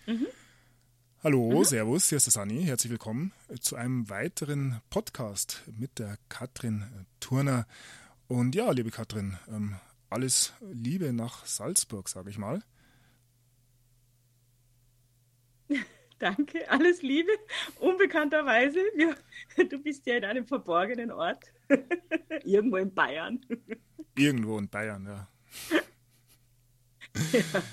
Mhm. Hallo, Servus, hier ist der Sani. Herzlich willkommen zu einem weiteren Podcast mit der Katrin Turner. Und ja, liebe Katrin, alles Liebe nach Salzburg, sage ich mal. Danke, alles Liebe. Unbekannterweise, du bist ja in einem verborgenen Ort, irgendwo in Bayern. Irgendwo in Bayern, ja. Ja.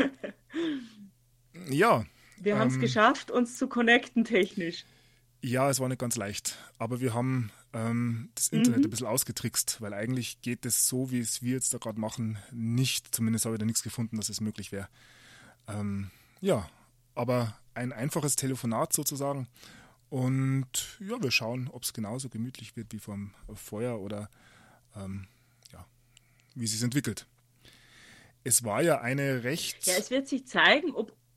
Ja, Wir haben es geschafft, uns zu connecten technisch. ja, es war nicht ganz leicht, aber wir haben das Internet ein Mhm. bisschen ausgetrickst, weil eigentlich geht es so, wie es wir jetzt da gerade machen, nicht. Zumindest habe ich da nichts gefunden, dass es möglich wäre. Ja, aber ein einfaches Telefonat sozusagen. Und ja, wir schauen, ob es genauso gemütlich wird wie vom Feuer oder ja, wie es sich entwickelt. Es war ja eine Ja, recht, es wird sich zeigen,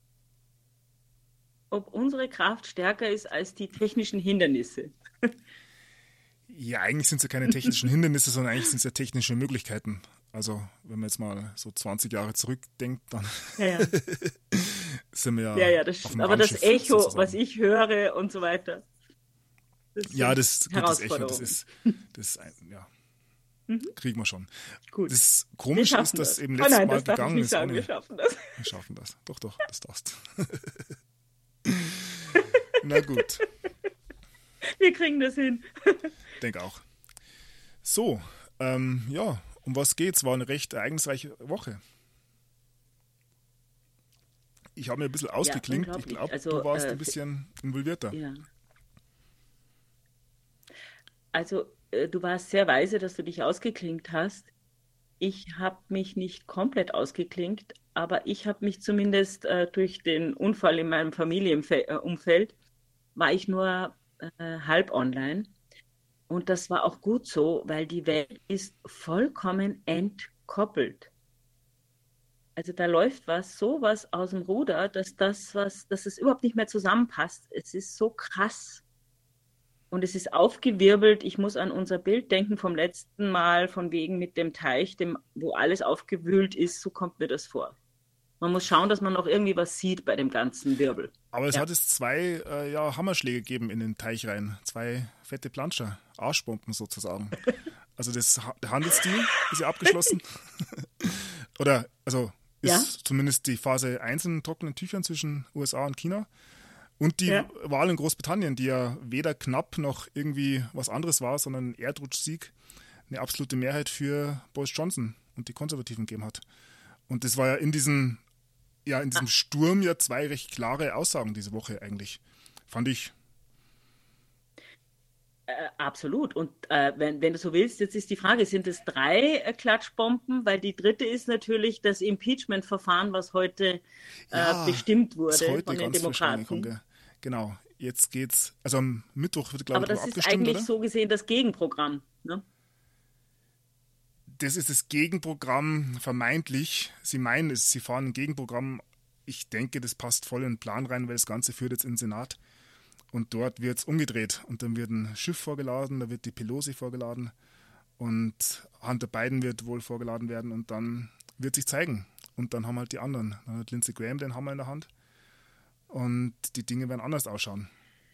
ob unsere Kraft stärker ist als die technischen Hindernisse. ja, eigentlich sind es ja keine technischen Hindernisse, sondern eigentlich sind es ja technische Möglichkeiten. Also, wenn man jetzt mal so 20 Jahre zurückdenkt, dann Ja, ja. sind wir Ja, ja ja, das auf stimmt. dem Aber das Raumschiff Echo, was sozusagen. ich höre und so weiter, das Ja, sind das, gut, das Echo, Herausforderungen. ja, Mhm. kriegen wir schon. Gut, Das wir Komische ist, schaffen dass das. eben Oh letztes nein, Mal das darf ich gegangen nicht ist sagen, wir ohne, schaffen das. wir schaffen das. Doch, doch, das darfst. Na gut, Wir kriegen das hin. denk auch. So, ja, um was geht's? War eine recht ereignisreiche Woche. Ich habe mir ein bisschen Ja, ausgeklinkt. Ich unglaublich. glaube, du Also, warst ein bisschen involvierter. ja. Also, du warst sehr weise, dass du dich ausgeklinkt hast. Ich habe mich nicht komplett ausgeklinkt, aber ich habe mich zumindest durch den Unfall in meinem Familienumfeld, war ich nur halb online. Und das war auch gut so, weil die Welt ist vollkommen entkoppelt. Also da läuft sowas aus dem Ruder, dass es überhaupt nicht mehr zusammenpasst. Es ist so krass. Und es ist aufgewirbelt. Ich muss an unser Bild denken vom letzten Mal, von wegen mit dem Teich, wo alles aufgewühlt ist. So kommt mir das vor. Man muss schauen, dass man noch irgendwie was sieht bei dem ganzen Wirbel. Aber es Ja. hat jetzt zwei ja, Hammerschläge gegeben in den Teich rein. Zwei fette Planscher, Arschbomben sozusagen. Also der Handelsdeal ist ja abgeschlossen. Oder, also Ja? ist zumindest die Phase 1 in trockenen Tüchern zwischen USA und China. Und die Ja. Wahl in Großbritannien, die ja weder knapp noch irgendwie was anderes war, sondern ein Erdrutschsieg, eine absolute Mehrheit für Boris Johnson und die Konservativen gegeben hat. Und das war ja in diesem Sturm ja zwei recht klare Aussagen diese Woche eigentlich. Fand ich. Absolut. Und wenn du so willst, jetzt ist die Frage, sind es drei Klatschbomben? Weil die dritte ist natürlich das Impeachment-Verfahren, was heute Ja, bestimmt ist wurde heute von den ganz frisch reingekommen, Demokraten. gell? Genau. Jetzt geht's, also am Mittwoch wird, glaube Aber ich, darüber das ist abgestimmt, eigentlich oder? so gesehen das Gegenprogramm. Ne? Das ist das Gegenprogramm, vermeintlich. Sie meinen es, sie fahren ein Gegenprogramm. Ich denke, das passt voll in den Plan rein, weil das Ganze führt jetzt in den Senat. Und dort wird es umgedreht. Und dann wird ein Schiff vorgeladen, da wird die Pelosi vorgeladen und Hunter Biden wird wohl vorgeladen werden und dann wird sich zeigen. Und dann haben halt die anderen. Dann hat Lindsey Graham den Hammer in der Hand und die Dinge werden anders ausschauen.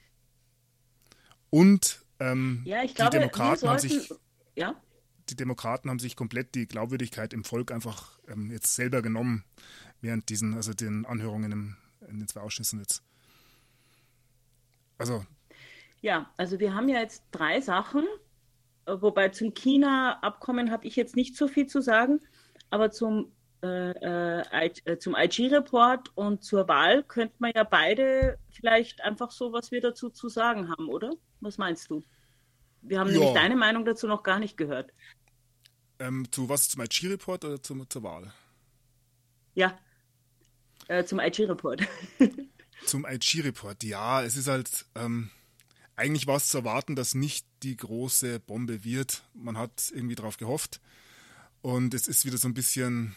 Und Ja, ich die glaube, wir Demokraten haben sollten, sich ja, die Demokraten haben sich komplett die Glaubwürdigkeit im Volk einfach jetzt selber genommen, während also den Anhörungen in den zwei Ausschüssen jetzt. Also, ja, also wir haben ja jetzt drei Sachen, wobei zum China-Abkommen habe ich jetzt nicht so viel zu sagen, aber zum IG-Report und zur Wahl könnte man ja beide vielleicht einfach so, was wir dazu zu sagen haben, oder? Was meinst du? Wir haben nämlich ja, deine Meinung dazu noch gar nicht gehört. zu was, zum IG-Report oder zur Wahl? Ja, zum IG-Report. Zum IG-Report, ja, es ist halt, eigentlich war es zu erwarten, dass nicht die große Bombe wird. Man hat irgendwie drauf gehofft und es ist wieder so ein bisschen,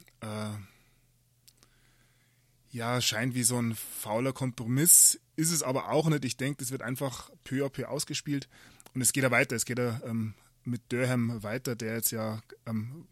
ja, scheint wie so ein fauler Kompromiss. Ist es aber auch nicht. Ich denke, das wird einfach peu à peu ausgespielt. Und es geht ja weiter. Es geht ja mit Durham weiter, der jetzt ja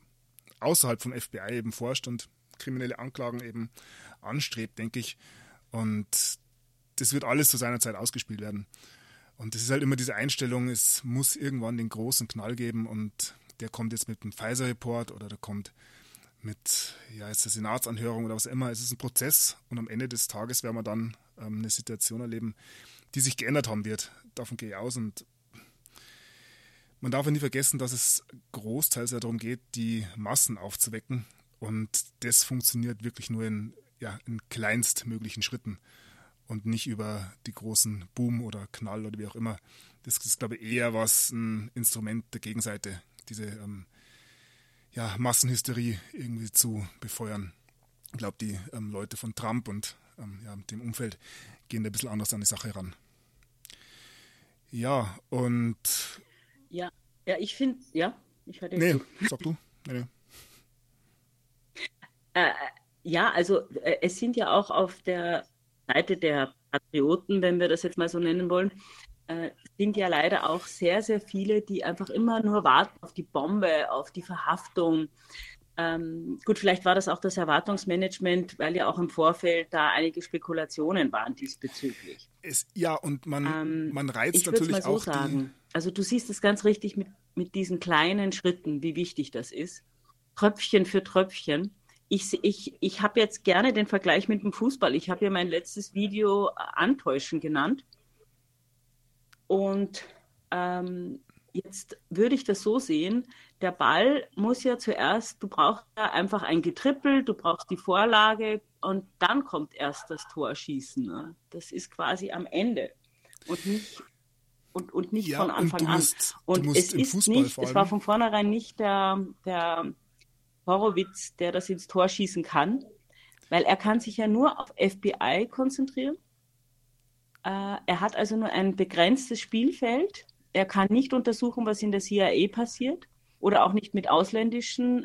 außerhalb vom FBI eben forscht und kriminelle Anklagen eben anstrebt, denke ich. Und das wird alles zu seiner Zeit ausgespielt werden. Und es ist halt immer diese Einstellung, es muss irgendwann den großen Knall geben und der kommt jetzt mit dem Pfizer-Report oder der kommt mit jetzt der Senatsanhörung oder was auch immer. Es ist ein Prozess und am Ende des Tages werden wir dann eine Situation erleben, die sich geändert haben wird. Davon gehe ich aus und man darf ja nie vergessen, dass es großteils darum geht, die Massen aufzuwecken und das funktioniert wirklich nur in kleinstmöglichen Schritten und nicht über die großen Boom oder Knall oder wie auch immer. Das ist, glaube ich, eher ein Instrument der Gegenseite, diese Massenhysterie irgendwie zu befeuern. Ich glaube, die Leute von Trump und dem Umfeld gehen da ein bisschen anders an die Sache ran. Ja, und... Ich finde, ich höre dir Nee, zu. sag du. Nee. Also es sind ja auch auf der Seite der Patrioten, wenn wir das jetzt mal so nennen wollen, sind ja leider auch sehr, sehr viele, die einfach immer nur warten auf die Bombe, auf die Verhaftung. Gut, vielleicht war das auch das Erwartungsmanagement, weil ja auch im Vorfeld da einige Spekulationen waren diesbezüglich. Und man reizt Ich würde es natürlich mal so auch sagen. Also du siehst es ganz richtig mit diesen kleinen Schritten, wie wichtig das ist. Tröpfchen für Tröpfchen. Ich habe jetzt gerne den Vergleich mit dem Fußball. Ich habe ja mein letztes Video Antäuschen genannt. Und jetzt würde ich das so sehen, der Ball muss ja zuerst, du brauchst ja einfach ein Getrippel, du brauchst die Vorlage und dann kommt erst das Torschießen. Ne? Das ist quasi am Ende und nicht von Anfang an. Und es ist nicht, es war von vornherein nicht der Horowitz, der das ins Tor schießen kann, weil er kann sich ja nur auf FBI konzentrieren. Er hat also nur ein begrenztes Spielfeld. Er kann nicht untersuchen, was in der CIA passiert oder auch nicht mit ausländischen,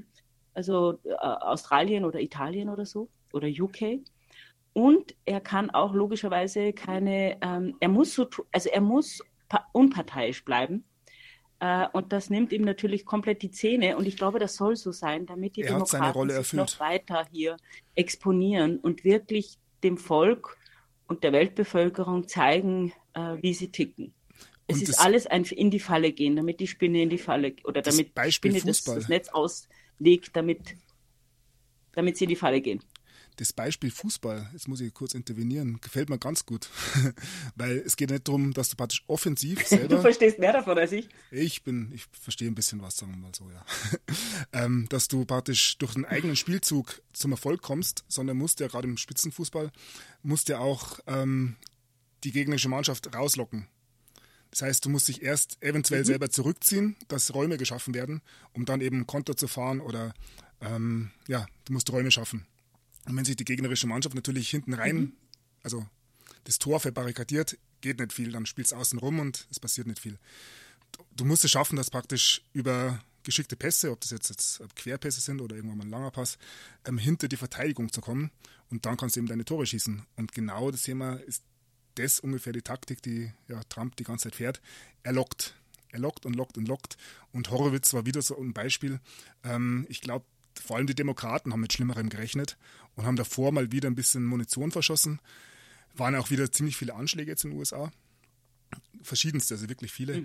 Australien oder Italien oder so oder UK. Und er kann auch logischerweise er muss unparteiisch bleiben. Und das nimmt ihm natürlich komplett die Zähne. Und ich glaube, das soll so sein, damit die Demokraten sich noch weiter hier exponieren und wirklich dem Volk und der Weltbevölkerung zeigen, wie sie ticken. Es ist alles ein in die Falle gehen, damit die Spinne in die Falle oder damit die Spinne das Netz auslegt, damit sie in die Falle gehen. Das Beispiel Fußball, jetzt muss ich kurz intervenieren, gefällt mir ganz gut. Weil es geht nicht darum, dass du praktisch offensiv selber... Du verstehst mehr davon als ich. Ich verstehe ein bisschen was, sagen wir mal so, ja. Dass du praktisch durch den eigenen Spielzug zum Erfolg kommst, sondern musst ja gerade im Spitzenfußball, auch die gegnerische Mannschaft rauslocken. Das heißt, du musst dich erst eventuell selber zurückziehen, dass Räume geschaffen werden, um dann eben Konter zu fahren oder du musst Räume schaffen. Und wenn sich die gegnerische Mannschaft natürlich hinten rein, also das Tor verbarrikadiert, geht nicht viel, dann spielst du außen rum und es passiert nicht viel. Du musst es schaffen, dass praktisch über geschickte Pässe, ob das jetzt Querpässe sind oder irgendwann mal ein langer Pass, hinter die Verteidigung zu kommen und dann kannst du eben deine Tore schießen. Und genau das Thema ist das ungefähr die Taktik, die Trump die ganze Zeit fährt. Er lockt und lockt und lockt. Und Horowitz war wieder so ein Beispiel. Ich glaube, vor allem die Demokraten haben mit Schlimmerem gerechnet und haben davor mal wieder ein bisschen Munition verschossen. Waren auch wieder ziemlich viele Anschläge jetzt in den USA. Verschiedenste, also wirklich viele.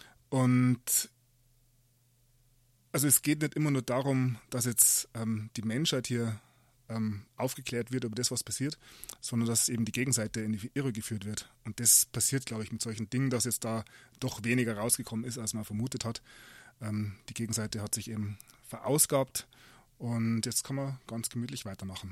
Und also es geht nicht immer nur darum, dass jetzt die Menschheit hier aufgeklärt wird über das, was passiert, sondern dass eben die Gegenseite in die Irre geführt wird. Und das passiert, glaube ich, mit solchen Dingen, dass jetzt da doch weniger rausgekommen ist, als man vermutet hat. Die Gegenseite hat sich eben verausgabt und jetzt kann man ganz gemütlich weitermachen.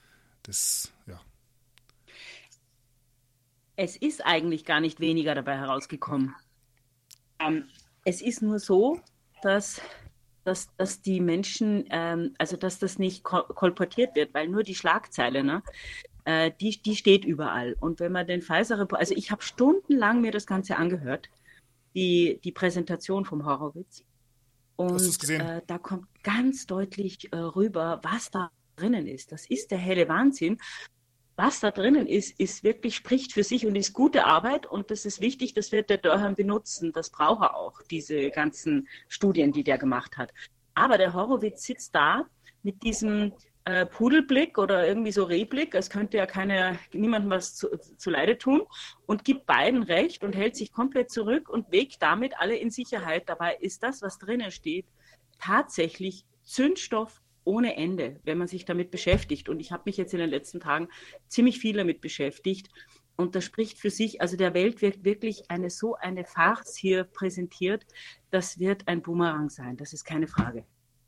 Es ist eigentlich gar nicht weniger dabei herausgekommen. Es ist nur so, dass die Menschen, dass das nicht kolportiert wird, weil nur die Schlagzeile, ne, die steht überall. Und wenn man den Pfizer-Report, also ich habe stundenlang mir das Ganze angehört, die Präsentation vom Horowitz. Und hast du's gesehen? Da kommt ganz deutlich rüber, was da drinnen ist. Das ist der helle Wahnsinn. Was da drinnen ist wirklich, spricht für sich und ist gute Arbeit. Und das ist wichtig, das wird der Durham benutzen. Das braucht er auch, diese ganzen Studien, die der gemacht hat. Aber der Horowitz sitzt da mit diesem Pudelblick oder irgendwie so Rehblick, als könnte ja niemandem was zu Leide tun, und gibt beiden recht und hält sich komplett zurück und wägt damit alle in Sicherheit. Dabei ist das, was drinnen steht, tatsächlich Zündstoff ohne Ende, wenn man sich damit beschäftigt. Und ich habe mich jetzt in den letzten Tagen ziemlich viel damit beschäftigt. Und das spricht für sich. Also der Welt wird wirklich so eine Farce hier präsentiert. Das wird ein Boomerang sein. Das ist keine Frage.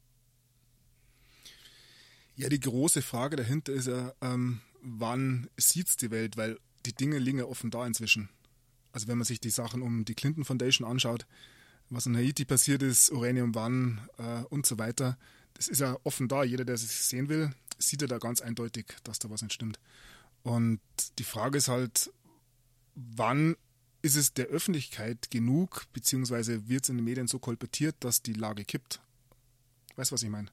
Ja, die große Frage dahinter ist ja, wann sieht es die Welt? Weil die Dinge liegen ja offen da inzwischen. Also wenn man sich die Sachen um die Clinton Foundation anschaut, was in Haiti passiert ist, Uranium One und so weiter, das ist ja offen da. Jeder, der es sehen will, sieht ja da ganz eindeutig, dass da was nicht stimmt. Und die Frage ist halt, wann ist es der Öffentlichkeit genug, beziehungsweise wird es in den Medien so kolportiert, dass die Lage kippt? Weißt du, was ich meine?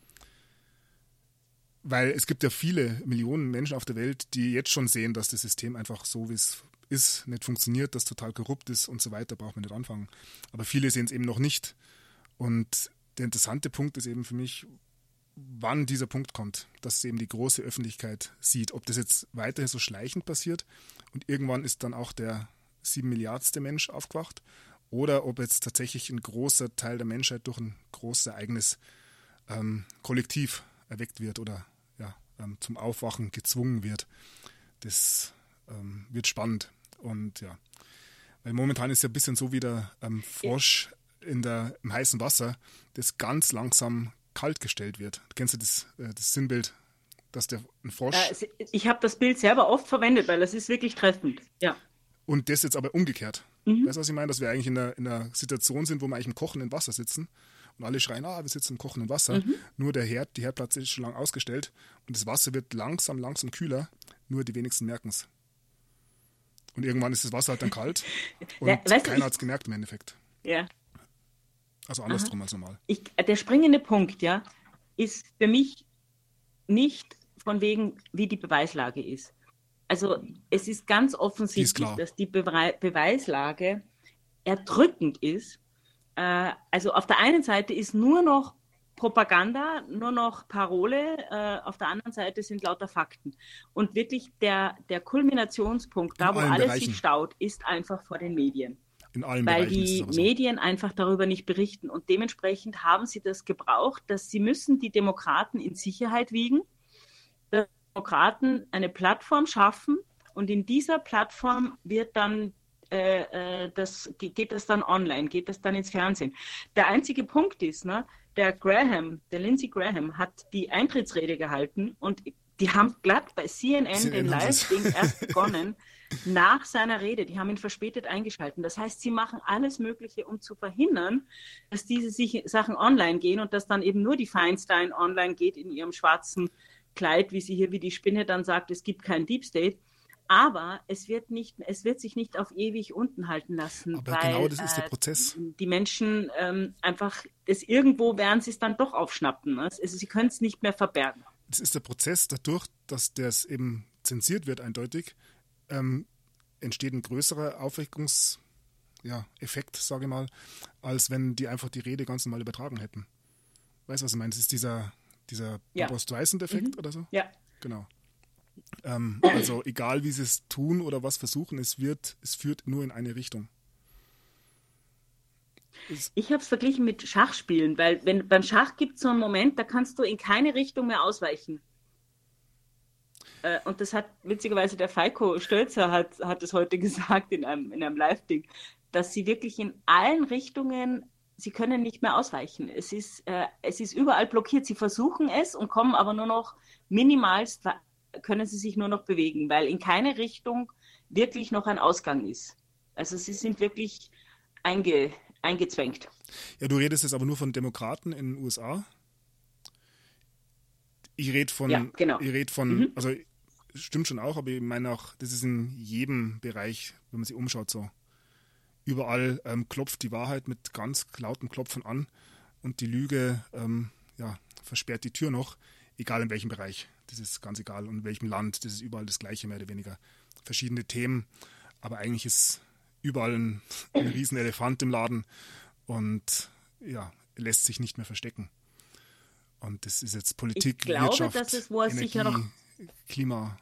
Weil es gibt ja viele Millionen Menschen auf der Welt, die jetzt schon sehen, dass das System einfach so, wie es ist, nicht funktioniert, dass total korrupt ist und so weiter, braucht man nicht anfangen. Aber viele sehen es eben noch nicht. Und der interessante Punkt ist eben für mich, wann dieser Punkt kommt, dass es eben die große Öffentlichkeit sieht. Ob das jetzt weiterhin so schleichend passiert und irgendwann ist dann auch der 7 Milliardste Mensch aufgewacht oder ob jetzt tatsächlich ein großer Teil der Menschheit durch ein großes Ereignis kollektiv erweckt wird oder zum Aufwachen gezwungen wird. Das wird spannend. Und ja, weil momentan ist ja ein bisschen so wie der Frosch im heißen Wasser, das ganz langsam kalt gestellt wird. Kennst du das Sinnbild, dass ein Frosch... Ich habe das Bild selber oft verwendet, weil das ist wirklich treffend. Ja. Und das jetzt aber umgekehrt. Weißt du, was ich meine? Dass wir eigentlich in einer Situation sind, wo wir eigentlich im kochenden Wasser sitzen und alle schreien, wir sitzen im kochenden Wasser. Nur die Herdplatte ist schon lange ausgestellt und das Wasser wird langsam kühler, nur die wenigsten merken es. Und irgendwann ist das Wasser halt dann kalt und keiner hat es gemerkt im Endeffekt. Ja. Also andersrum als normal. Der springende Punkt, ja, ist für mich nicht von wegen, wie die Beweislage ist. Also es ist ganz offensichtlich, dass die Beweislage erdrückend ist. Also auf der einen Seite ist nur noch Propaganda, nur noch Parole, auf der anderen Seite sind lauter Fakten. Und wirklich der Kulminationspunkt, da wo alles sich staut, ist einfach vor den Medien. In allen weil Bereichen die Medien einfach darüber nicht berichten. Und dementsprechend haben sie das gebraucht, dass sie müssen die Demokraten in Sicherheit wiegen, dass Demokraten eine Plattform schaffen und in dieser Plattform wird dann geht das dann online, geht das dann ins Fernsehen. Der einzige Punkt ist, ne, der Lindsey Graham hat die Eintrittsrede gehalten und die haben glatt bei CNN den Live-Ding erst begonnen nach seiner Rede. Die haben ihn verspätet eingeschaltet. Das heißt, sie machen alles Mögliche, um zu verhindern, dass diese Sachen online gehen und dass dann eben nur die Feinstein online geht in ihrem schwarzen Kleid, wie sie hier wie die Spinne dann sagt, es gibt keinen Deep State. Aber es wird sich nicht auf ewig unten halten lassen. Aber weil, genau das ist der Prozess. Die Menschen einfach, irgendwo werden sie es dann doch aufschnappen. Ne? Also sie können es nicht mehr verbergen. Das ist der Prozess. Dadurch, dass das eben zensiert wird eindeutig, entsteht ein größerer Aufweckungseffekt, sage ich mal, als wenn die einfach die Rede ganz normal übertragen hätten. Weißt du, was ich meine? Das ist dieser Barbra Streisand-Effekt oder so? Ja. Genau. Also egal, wie sie es tun oder was versuchen, es führt nur in eine Richtung. Ich habe es verglichen mit Schachspielen, weil beim Schach gibt es so einen Moment, da kannst du in keine Richtung mehr ausweichen. Und das hat witzigerweise der Falco Stölzer hat es heute gesagt in einem Live-Ding, dass sie wirklich in allen Richtungen, sie können nicht mehr ausweichen. Es ist überall blockiert. Sie versuchen es und kommen aber nur noch minimalst, können sie sich nur noch bewegen, weil in keine Richtung wirklich noch ein Ausgang ist. Also sie sind wirklich eingezwängt. Ja, du redest jetzt aber nur von Demokraten in den USA. Ich rede von, also stimmt schon auch, aber ich meine auch, das ist in jedem Bereich, wenn man sich umschaut, so. Überall klopft die Wahrheit mit ganz lautem Klopfen an und die Lüge versperrt die Tür noch, egal in welchem Bereich. Das ist ganz egal, und in welchem Land, das ist überall das Gleiche, mehr oder weniger. Verschiedene Themen, aber eigentlich ist überall ein riesen Elefant im Laden und lässt sich nicht mehr verstecken. Und das ist jetzt Ich Politik, glaube, dass Wirtschaft, es, wo er sicher noch, Energie, Klima.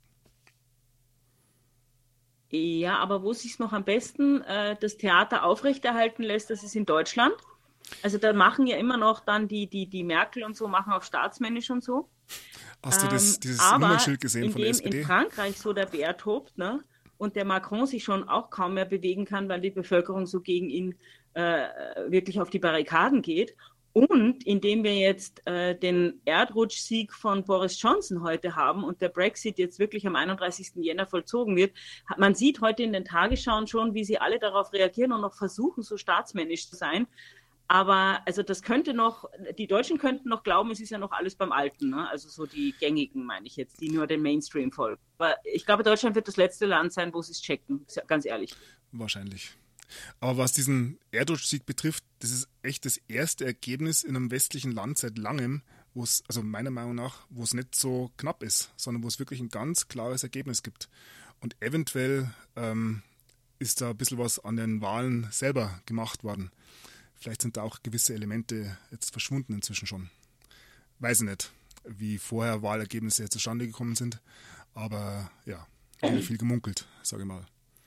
ja, aber wo sich noch am besten das Theater aufrechterhalten lässt, das ist in Deutschland. Also da machen ja immer noch dann die Merkel und so, machen auch staatsmännisch und so. Hast du dieses Aber Nummernschild gesehen von der indem in SPD? Frankreich so der Bär tobt, ne, und der Macron sich schon auch kaum mehr bewegen kann, weil die Bevölkerung so gegen ihn wirklich auf die Barrikaden geht. Und indem wir jetzt den Erdrutschsieg von Boris Johnson heute haben und der Brexit jetzt wirklich am 31. Jänner vollzogen wird, man sieht heute in den Tagesschauen schon, wie sie alle darauf reagieren und noch versuchen, so staatsmännisch zu sein. Aber also das könnte noch, die Deutschen könnten noch glauben, es ist ja noch alles beim Alten, ne? Also so die gängigen, meine ich jetzt, die nur den Mainstream folgen. Aber ich glaube, Deutschland wird das letzte Land sein, wo sie es checken, ganz ehrlich. Wahrscheinlich. Aber was diesen Erdrutschsieg betrifft, das ist echt das erste Ergebnis in einem westlichen Land seit langem, wo es, also meiner Meinung nach, wo es nicht so knapp ist, sondern wo es wirklich ein ganz klares Ergebnis gibt. Und eventuell ist da ein bisschen was an den Wahlen selber gemacht worden. Vielleicht sind da auch gewisse Elemente jetzt verschwunden inzwischen schon. Weiß ich nicht, wie vorher Wahlergebnisse zustande gekommen sind. Aber ja, viel gemunkelt, sage ich mal.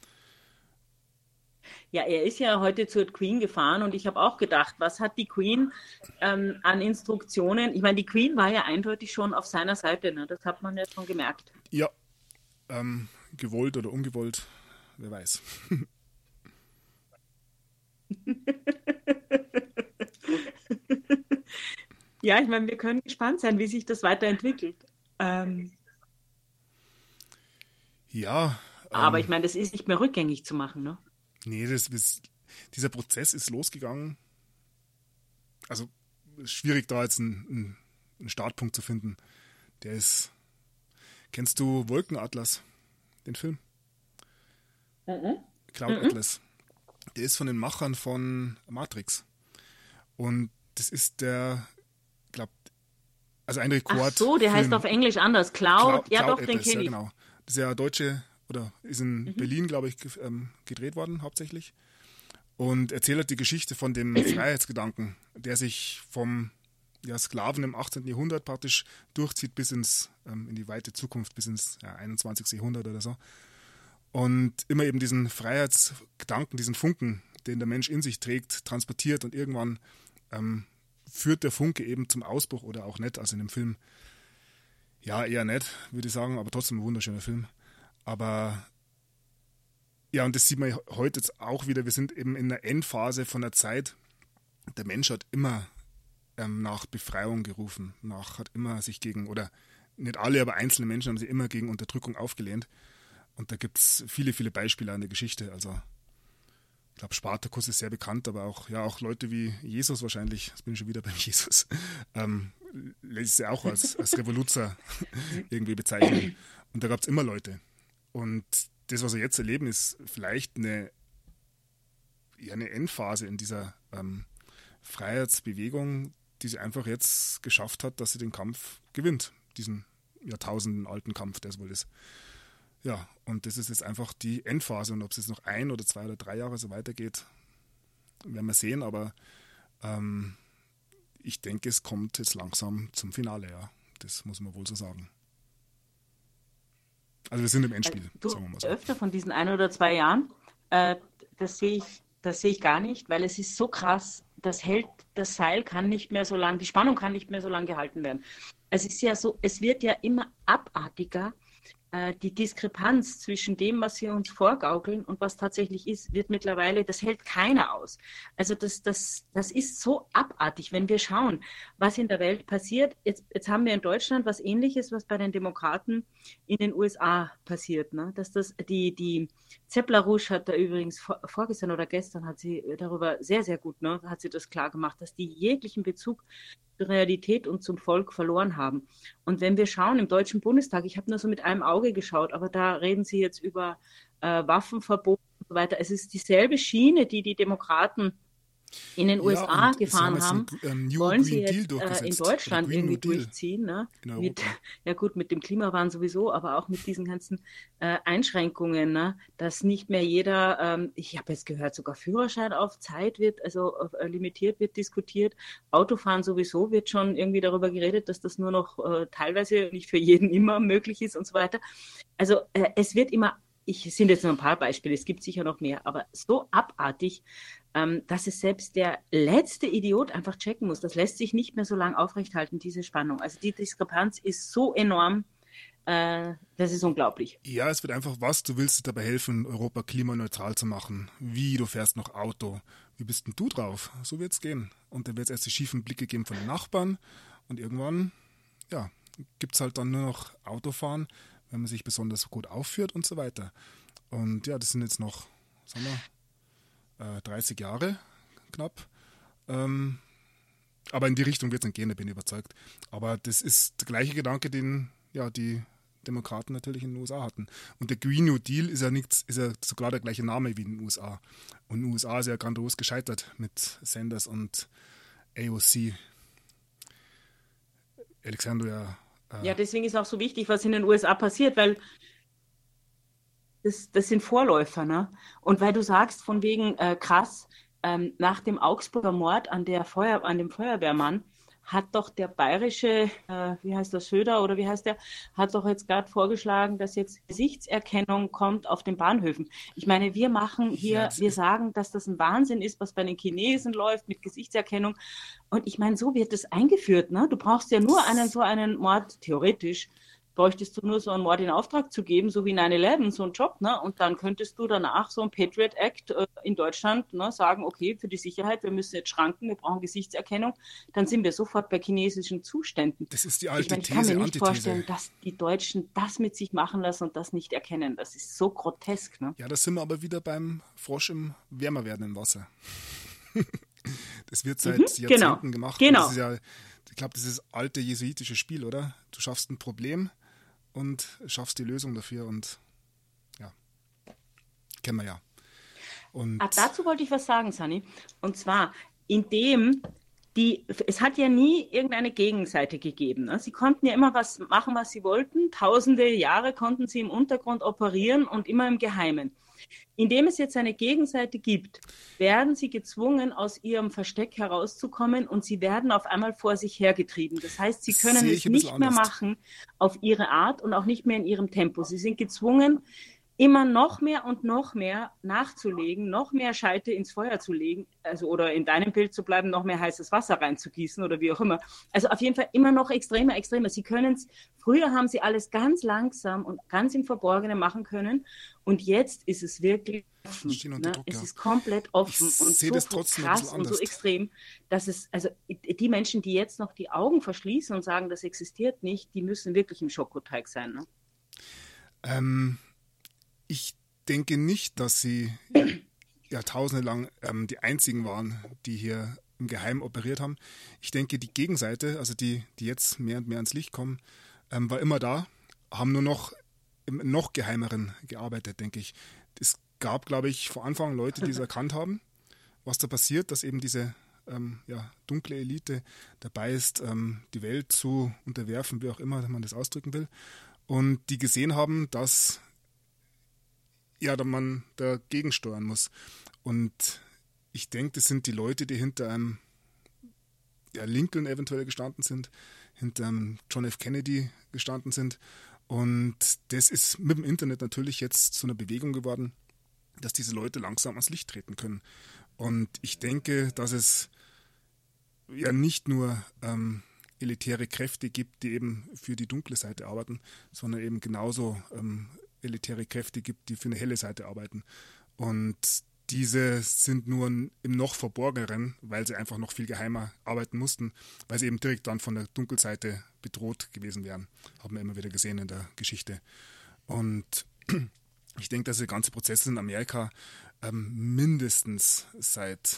Ja, er ist ja heute zur Queen gefahren und ich habe auch gedacht, was hat die Queen an Instruktionen? Ich meine, die Queen war ja eindeutig schon auf seiner Seite, ne? Das hat man ja schon gemerkt. Ja, gewollt oder ungewollt, wer weiß. Ja, ich meine, wir können gespannt sein, wie sich das weiterentwickelt. Ähm, Ja, aber ich meine, das ist nicht mehr rückgängig zu machen, ne? nee, dieser Prozess ist losgegangen. Also es ist schwierig, da jetzt einen Startpunkt zu finden. Der ist. Kennst du Wolkenatlas, den Film? Cloud Atlas. Der ist von den Machern von Matrix. Und das ist also ein Ach Rekord. so, der heißt auf Englisch anders. Cloud, ja Cloud doch, den Atlas, ja kenne ich. genau. Das ist ja deutsche, oder ist in Berlin, glaube ich, gedreht worden, hauptsächlich. Und erzählt halt die Geschichte von dem Freiheitsgedanken, der sich vom Sklaven im 18. Jahrhundert praktisch durchzieht bis in die weite Zukunft, bis ins 21. Jahrhundert oder so. Und immer eben diesen Freiheitsgedanken, diesen Funken, den der Mensch in sich trägt, transportiert und irgendwann führt der Funke eben zum Ausbruch oder auch nicht. Also in dem Film, ja, eher nicht, würde ich sagen, aber trotzdem ein wunderschöner Film. Aber ja, und das sieht man heute jetzt auch wieder. Wir sind eben in der Endphase von der Zeit. Der Mensch hat immer nach Befreiung gerufen, hat immer sich gegen, oder nicht alle, aber einzelne Menschen haben sich immer gegen Unterdrückung aufgelehnt. Und da gibt es viele, viele Beispiele an der Geschichte. Also ich glaube, Spartacus ist sehr bekannt, aber auch Leute wie Jesus wahrscheinlich, jetzt bin ich schon wieder beim Jesus, lässt sich auch als Revoluzer irgendwie bezeichnen. Und da gab es immer Leute. Und das, was wir jetzt erleben, ist vielleicht eine Endphase in dieser Freiheitsbewegung, die sie einfach jetzt geschafft hat, dass sie den Kampf gewinnt. Diesen jahrtausendenalten Kampf, der es wohl ist. Ja, und das ist jetzt einfach die Endphase. Und ob es jetzt noch 1 oder 2 oder 3 Jahre so weitergeht, werden wir sehen. Aber ich denke, es kommt jetzt langsam zum Finale, ja. Das muss man wohl so sagen. Also wir sind im Endspiel, sagen wir mal so. Öfter von diesen 1 oder 2 Jahren, das sehe ich gar nicht, weil es ist so krass, das Seil kann nicht mehr so lang, die Spannung kann nicht mehr so lang gehalten werden. Es ist ja so, es wird ja immer abartiger. Die Diskrepanz zwischen dem, was sie uns vorgaukeln und was tatsächlich ist, wird mittlerweile, das hält keiner aus. Also das ist so abartig, wenn wir schauen, was in der Welt passiert. Jetzt haben wir in Deutschland was Ähnliches, was bei den Demokraten in den USA passiert. Ne? Dass die Zepp-LaRouche hat da übrigens vorgestern oder gestern hat sie darüber sehr, sehr gut, ne, hat sie das klar gemacht, dass die jeglichen Bezug zur Realität und zum Volk verloren haben. Und wenn wir schauen im Deutschen Bundestag, ich habe nur so mit einem Auge geschaut, aber da reden sie jetzt über Waffenverbot und so weiter. Es ist dieselbe Schiene, die Demokraten in den Ja, USA und sie haben gefahren jetzt einen haben, New wollen sie Green Deal jetzt in durchgesetzt oder Deutschland Green New irgendwie Deal durchziehen, ne? in Mit, Europa. ja gut, mit dem Klimawandel sowieso, aber auch mit diesen ganzen Einschränkungen, ne? Dass nicht mehr jeder, ich habe jetzt gehört, sogar Führerschein auf Zeit wird, also limitiert wird diskutiert. Autofahren sowieso wird schon irgendwie darüber geredet, dass das nur noch teilweise nicht für jeden immer möglich ist und so weiter. Also es wird immer, ich sind jetzt nur ein paar Beispiele, es gibt sicher noch mehr, aber so abartig, dass es selbst der letzte Idiot einfach checken muss. Das lässt sich nicht mehr so lange aufrechthalten, diese Spannung. Also die Diskrepanz ist so enorm, das ist unglaublich. Ja, es wird einfach was, du willst dir dabei helfen, Europa klimaneutral zu machen. Wie, du fährst noch Auto. Wie bist denn du drauf? So wird's gehen. Und dann wird es erst die schiefen Blicke geben von den Nachbarn und irgendwann, ja, gibt's halt dann nur noch Autofahren, wenn man sich besonders gut aufführt und so weiter. Und ja, das sind jetzt noch, sagen wir, 30 Jahre knapp. Aber in die Richtung wird es nicht gehen, da bin ich überzeugt. Aber das ist der gleiche Gedanke, den ja die Demokraten natürlich in den USA hatten. Und der Green New Deal ist ja nichts, ist ja sogar der gleiche Name wie in den USA. Und in den USA ist ja grandios gescheitert mit Sanders und AOC. Alexandria. Ja, deswegen ist auch so wichtig, was in den USA passiert, weil das sind Vorläufer, ne? Und weil du sagst, von wegen krass, nach dem Augsburger Mord an an dem Feuerwehrmann hat doch der bayerische, wie heißt der, Söder oder wie heißt der, hat doch jetzt gerade vorgeschlagen, dass jetzt Gesichtserkennung kommt auf den Bahnhöfen. Ich meine, wir machen Ja, hier, wir sagen, dass das ein Wahnsinn ist, was bei den Chinesen läuft mit Gesichtserkennung. Und ich meine, so wird es eingeführt, ne? Du brauchst ja nur so einen Mord, theoretisch, bräuchtest du nur so einen Mord in Auftrag zu geben, so wie 9/11, so einen Job, ne? Und dann könntest du danach so ein Patriot Act in Deutschland, ne, sagen, okay, für die Sicherheit, wir müssen jetzt schranken, wir brauchen Gesichtserkennung, dann sind wir sofort bei chinesischen Zuständen. das ist die Ich alte meine, ich kann mir These, nicht Antithese. vorstellen, dass die Deutschen das mit sich machen lassen und das nicht erkennen. Das ist so grotesk, ne? Ja, da sind wir aber wieder beim Frosch im wärmer werdenden Wasser. Das wird seit Genau, Jahrzehnten gemacht und das genau. ist ja, ich glaube, das ist das alte jesuitische Spiel, oder? Du schaffst ein Problem und schaffst die Lösung dafür und ja, kennen wir ja. Und Dazu wollte ich was sagen, Sunny. Und zwar, indem es hat ja nie irgendeine Gegenseite gegeben. Ne? Sie konnten ja immer was machen, was sie wollten. Tausende Jahre konnten sie im Untergrund operieren und immer im Geheimen. Indem es jetzt eine Gegenseite gibt, werden sie gezwungen, aus ihrem Versteck herauszukommen und sie werden auf einmal vor sich hergetrieben. Das heißt, sie können sehe es ich ein bisschen nicht mehr anders. machen auf ihre Art und auch nicht mehr in ihrem Tempo. Sie sind gezwungen, immer noch mehr und noch mehr nachzulegen, noch mehr Scheite ins Feuer zu legen, also oder in deinem Bild zu bleiben, noch mehr heißes Wasser reinzugießen oder wie auch immer. Also auf jeden Fall immer noch extremer, extremer. Sie können es, früher haben sie alles ganz langsam und ganz im Verborgenen machen können und jetzt ist es wirklich offen. Stehen unter Ne? Druck, Es ja. ist komplett Ich offen und sehe so das trotzdem ein krass bisschen und so anders. extrem, dass es, also die Menschen, die jetzt noch die Augen verschließen und sagen, das existiert nicht, die müssen wirklich im Schokoteig sein. Ne? Ich denke nicht, dass sie Jahrtausende lang die einzigen waren, die hier im Geheimen operiert haben. Ich denke, die Gegenseite, also die jetzt mehr und mehr ans Licht kommen, war immer da, haben nur noch im noch geheimeren gearbeitet, denke ich. Es gab, glaube ich, vor Anfang Leute, die es erkannt haben, was da passiert, dass eben diese dunkle Elite dabei ist, die Welt zu unterwerfen, wie auch immer man das ausdrücken will, und die gesehen haben, dass man dagegen steuern muss. Und ich denke, das sind die Leute, die hinter einem Lincoln eventuell gestanden sind, hinter einem John F. Kennedy gestanden sind. Und das ist mit dem Internet natürlich jetzt zu einer Bewegung geworden, dass diese Leute langsam ans Licht treten können. Und ich denke, dass es ja nicht nur elitäre Kräfte gibt, die eben für die dunkle Seite arbeiten, sondern eben genauso elitäre Kräfte gibt, die für eine helle Seite arbeiten. Und diese sind nur im noch Verborgeneren, weil sie einfach noch viel geheimer arbeiten mussten, weil sie eben direkt dann von der Dunkelseite bedroht gewesen wären. Haben wir immer wieder gesehen in der Geschichte. Und ich denke, dass der ganze Prozess in Amerika mindestens seit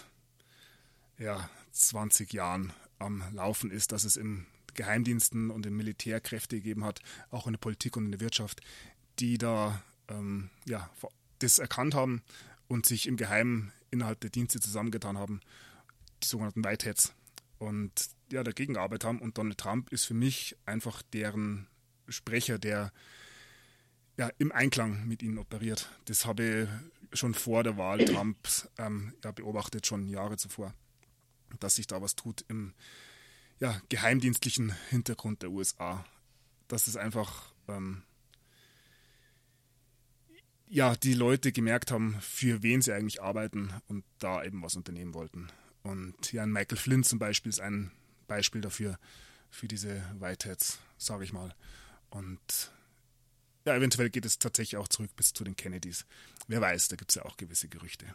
20 Jahren am Laufen ist, dass es im Geheimdiensten und im Militär Kräfte gegeben hat, auch in der Politik und in der Wirtschaft, die da das erkannt haben und sich im Geheimen innerhalb der Dienste zusammengetan haben, die sogenannten Whiteheads, und ja, dagegen gearbeitet haben. Und Donald Trump ist für mich einfach deren Sprecher, der ja im Einklang mit ihnen operiert. Das habe ich schon vor der Wahl Trumps beobachtet, schon Jahre zuvor, dass sich da was tut im geheimdienstlichen Hintergrund der USA. Dass es einfach die Leute gemerkt haben, für wen sie eigentlich arbeiten und da eben was unternehmen wollten. Und ja, Michael Flynn zum Beispiel ist ein Beispiel dafür, für diese Whiteheads, sage ich mal. Und ja, eventuell geht es tatsächlich auch zurück bis zu den Kennedys. Wer weiß, da gibt es ja auch gewisse Gerüchte.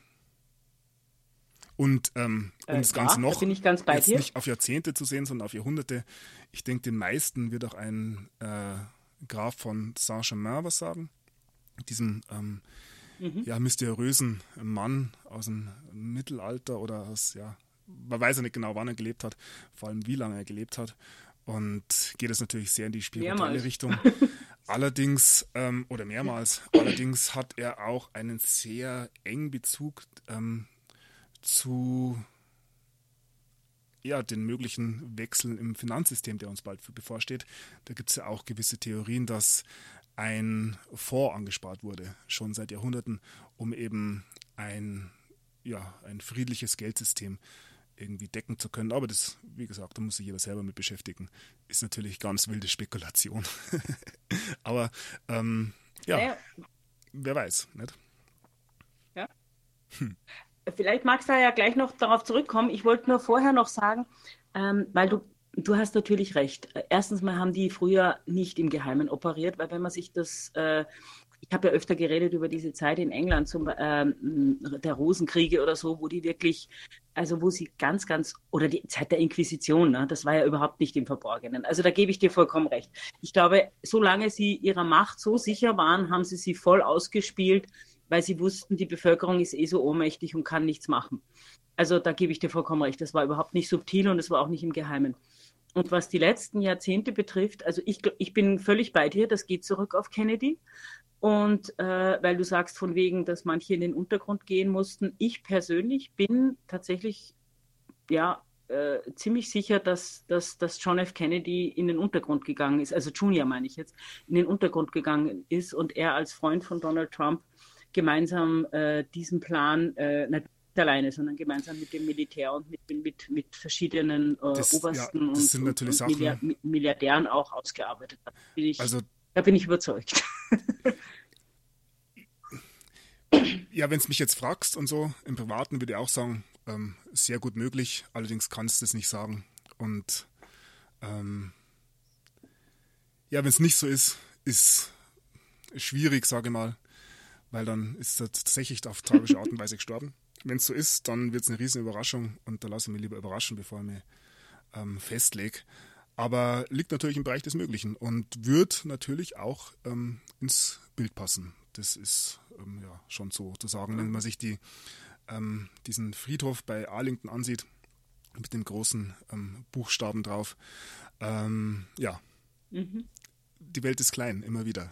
Und um das Ganze noch bin ich ganz bei jetzt dir. Nicht auf Jahrzehnte zu sehen, sondern auf Jahrhunderte. Ich denke, den meisten wird auch ein Graf von Saint-Germain was sagen. Diesem mysteriösen Mann aus dem Mittelalter oder aus, man weiß ja nicht genau, wann er gelebt hat, vor allem wie lange er gelebt hat. Und geht es natürlich sehr in die spirituelle Richtung. Allerdings, allerdings hat er auch einen sehr engen Bezug zu den möglichen Wechseln im Finanzsystem, der uns bald bevorsteht. Da gibt es ja auch gewisse Theorien, dass ein Fonds angespart wurde, schon seit Jahrhunderten, um eben ein friedliches Geldsystem irgendwie decken zu können. Aber das, wie gesagt, da muss sich jeder selber mit beschäftigen. Ist natürlich ganz wilde Spekulation. Aber wer weiß, nicht? Ja. Vielleicht magst du ja gleich noch darauf zurückkommen. Ich wollte nur vorher noch sagen, weil du hast natürlich recht. Erstens mal haben die früher nicht im Geheimen operiert, weil wenn man sich das, ich habe ja öfter geredet über diese Zeit in England, der Rosenkriege oder so, wo die wirklich, also wo sie oder die Zeit der Inquisition, ne, das war ja überhaupt nicht im Verborgenen. Also da gebe ich dir vollkommen recht. Ich glaube, solange sie ihrer Macht so sicher waren, haben sie voll ausgespielt, weil sie wussten, die Bevölkerung ist so ohnmächtig und kann nichts machen. Also da gebe ich dir vollkommen recht. Das war überhaupt nicht subtil und es war auch nicht im Geheimen. Und was die letzten Jahrzehnte betrifft, also ich bin völlig bei dir, das geht zurück auf Kennedy. Und weil du sagst von wegen, dass manche in den Untergrund gehen mussten. Ich persönlich bin tatsächlich ziemlich sicher, dass John F. Kennedy in den Untergrund gegangen ist, also Junior meine ich jetzt, in den Untergrund gegangen ist und er als Freund von Donald Trump gemeinsam diesen Plan nicht alleine, sondern gemeinsam mit dem Militär und mit verschiedenen Obersten und Milliardären auch ausgearbeitet hat. Da bin ich überzeugt. Ja, wenn es mich jetzt fragst und so, im Privaten würde ich auch sagen, sehr gut möglich, allerdings kannst du es nicht sagen. Und wenn es nicht so ist schwierig, sage ich mal, weil dann ist er tatsächlich auf tragische Art und Weise gestorben. Wenn es so ist, dann wird es eine riesen Überraschung und da lasse ich mich lieber überraschen, bevor ich mich festlege. Aber liegt natürlich im Bereich des Möglichen und wird natürlich auch ins Bild passen. Das ist schon so zu sagen. Wenn man sich diesen Friedhof bei Arlington ansieht, mit den großen Buchstaben drauf, die Welt ist klein, immer wieder.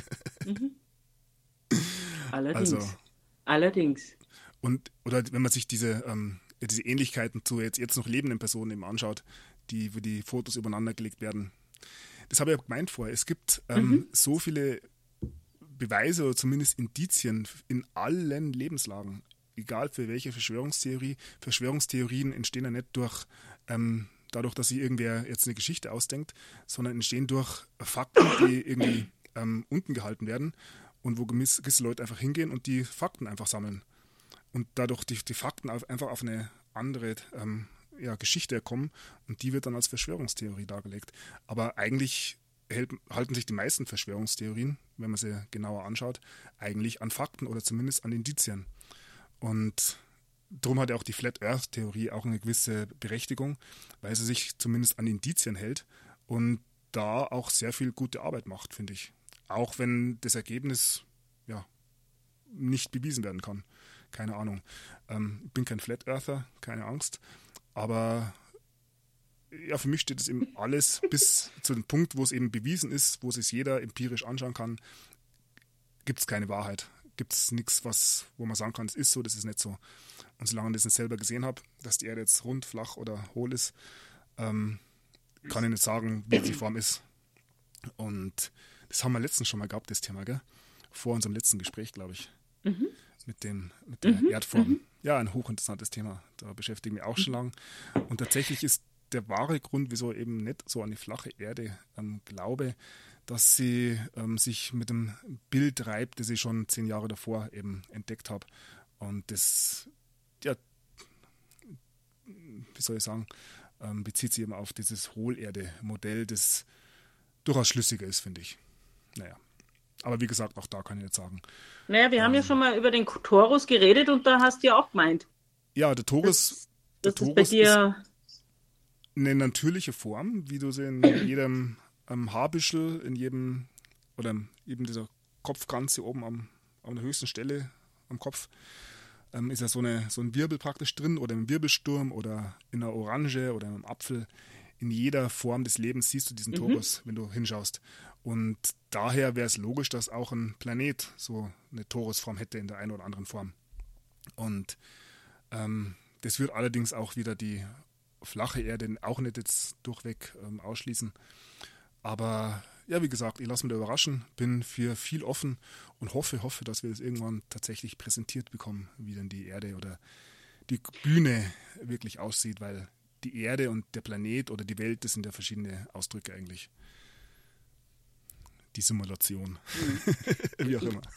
Allerdings. Oder wenn man sich diese Ähnlichkeiten zu jetzt noch lebenden Personen eben anschaut, wo die Fotos übereinander gelegt werden. Das habe ich ja gemeint vorher. Es gibt so viele Beweise oder zumindest Indizien in allen Lebenslagen, egal für welche Verschwörungstheorie. Verschwörungstheorien entstehen ja nicht dadurch, dass sich irgendwer jetzt eine Geschichte ausdenkt, sondern entstehen durch Fakten, die irgendwie unten gehalten werden und wo gewisse Leute einfach hingehen und die Fakten einfach sammeln. Und dadurch die Fakten einfach auf eine andere Geschichte kommen und die wird dann als Verschwörungstheorie dargelegt. Aber eigentlich halten sich die meisten Verschwörungstheorien, wenn man sie genauer anschaut, eigentlich an Fakten oder zumindest an Indizien. Und darum hat ja auch die Flat Earth Theorie auch eine gewisse Berechtigung, weil sie sich zumindest an Indizien hält und da auch sehr viel gute Arbeit macht, finde ich. Auch wenn das Ergebnis nicht bewiesen werden kann. Keine Ahnung. Ich bin kein Flat Earther, keine Angst. Aber für mich steht es eben alles bis zu dem Punkt, wo es eben bewiesen ist, wo es sich jeder empirisch anschauen kann, gibt es keine Wahrheit. gibt es nichts, wo man sagen kann, es ist so, das ist nicht so. Und solange ich das nicht selber gesehen habe, dass die Erde jetzt rund, flach oder hohl ist, kann ich nicht sagen, wie die Form ist. Und das haben wir letztens schon mal gehabt, das Thema, gell? Vor unserem letzten Gespräch, glaube ich, mit der Erdform. Ja, ein hochinteressantes Thema. Da beschäftige ich mich auch schon lange. Und tatsächlich ist der wahre Grund, wieso ich eben nicht so an die flache Erde glaube, dass sie sich mit dem Bild reibt, das ich schon 10 Jahre davor eben entdeckt habe. Und das, ja, wie soll ich sagen, bezieht sich eben auf dieses Hohlerde-Modell, das durchaus schlüssiger ist, finde ich. Naja, aber wie gesagt, auch da kann ich nicht sagen. Naja, wir haben ja schon mal über den Torus geredet und da hast du ja auch gemeint. Ja, der Torus ist bei dir eine natürliche Form, wie du sie in jedem Haarbüschel, in jedem, oder eben dieser Kopfkranz hier oben an der höchsten Stelle am Kopf, ist ja so ein Wirbel praktisch drin oder im Wirbelsturm oder in einer Orange oder in einem Apfel. In jeder Form des Lebens siehst du diesen Torus, wenn du hinschaust. Und daher wäre es logisch, dass auch ein Planet so eine Torusform hätte in der einen oder anderen Form. Und das wird allerdings auch wieder die flache Erde auch nicht jetzt durchweg ausschließen. Aber ja, wie gesagt, ich lasse mich da überraschen, bin für viel offen und hoffe, dass wir das irgendwann tatsächlich präsentiert bekommen, wie denn die Erde oder die Bühne wirklich aussieht, weil die Erde und der Planet oder die Welt, das sind ja verschiedene Ausdrücke eigentlich. Die Simulation. Wie auch immer.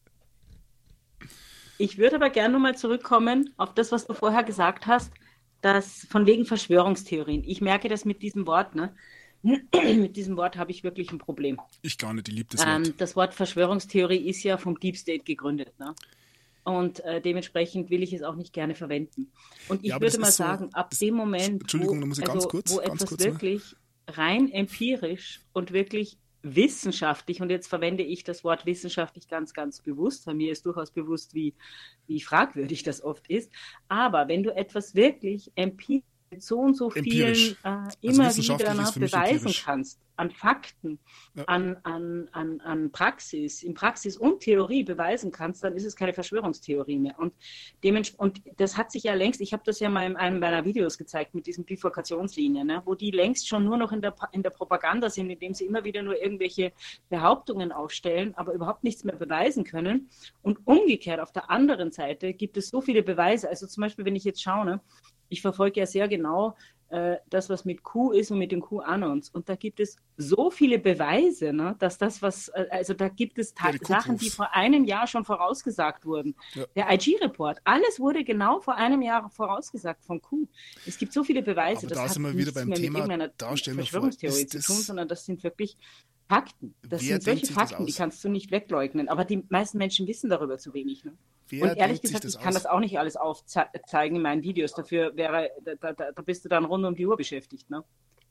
Ich würde aber gerne nochmal zurückkommen auf das, was du vorher gesagt hast, dass von wegen Verschwörungstheorien. Ich merke das mit diesem Wort, ne? Mit diesem Wort habe ich wirklich ein Problem. Ich gar nicht, ich liebe das Wort. Das Wort Verschwörungstheorie ist ja vom Deep State gegründet, ne? Und dementsprechend will ich es auch nicht gerne verwenden. Und ich würde mal sagen, ab dem Moment, wo etwas wirklich rein empirisch und wirklich wissenschaftlich, und jetzt verwende ich das Wort wissenschaftlich ganz, ganz bewusst, weil mir ist durchaus bewusst, wie fragwürdig das oft ist, aber wenn du etwas wirklich empirisch mit so und so vielen immer wieder beweisen kannst, an Fakten, ja, an Praxis, in Praxis und Theorie beweisen kannst, dann ist es keine Verschwörungstheorie mehr. Und das hat sich ja längst, ich habe das ja mal in einem meiner Videos gezeigt mit diesen Bifurkationslinien, ne, wo die längst schon nur noch in der Propaganda sind, indem sie immer wieder nur irgendwelche Behauptungen aufstellen, aber überhaupt nichts mehr beweisen können. Und umgekehrt, auf der anderen Seite gibt es so viele Beweise, also zum Beispiel, wenn ich jetzt schaue, ne, ich verfolge ja sehr genau das, was mit Q ist und mit den QAnons. Und da gibt es so viele Beweise, ne, dass das, also da gibt es Sachen, die vor einem Jahr schon vorausgesagt wurden. Ja. Der IG-Report, alles wurde genau vor einem Jahr vorausgesagt von Q. Es gibt so viele Beweise, aber das hat nichts mehr mit irgendeiner Verschwörungstheorie zu tun, sondern das sind wirklich Fakten. Das sind solche Fakten, die kannst du nicht wegleugnen. Aber die meisten Menschen wissen darüber zu wenig. Ne? Und ehrlich gesagt, ich kann das auch nicht alles aufzeigen in meinen Videos. Dafür da bist du dann rund um die Uhr beschäftigt. Ne?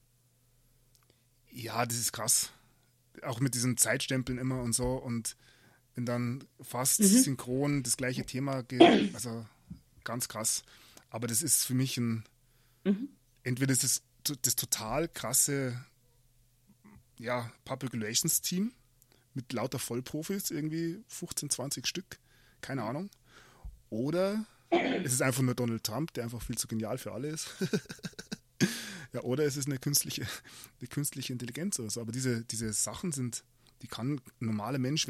Ja, das ist krass. Auch mit diesen Zeitstempeln immer und so. Und wenn dann fast synchron das gleiche Thema geht, also ganz krass. Aber das ist für mich entweder das total krasse Public Relations Team mit lauter Vollprofis, irgendwie 15, 20 Stück, keine Ahnung. Oder es ist einfach nur Donald Trump, der einfach viel zu genial für alle ist. Ja, oder es ist eine künstliche Intelligenz oder so. Aber diese Sachen die kann ein normaler Mensch,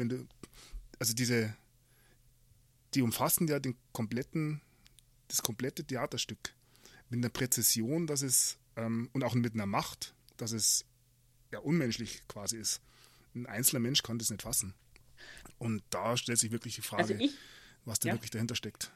die umfassen ja das komplette Theaterstück. Mit einer Präzision, dass es, und auch mit einer Macht, dass es ja unmenschlich quasi ist. Ein einzelner Mensch kann das nicht fassen. Und da stellt sich wirklich die Frage, was da wirklich dahinter steckt.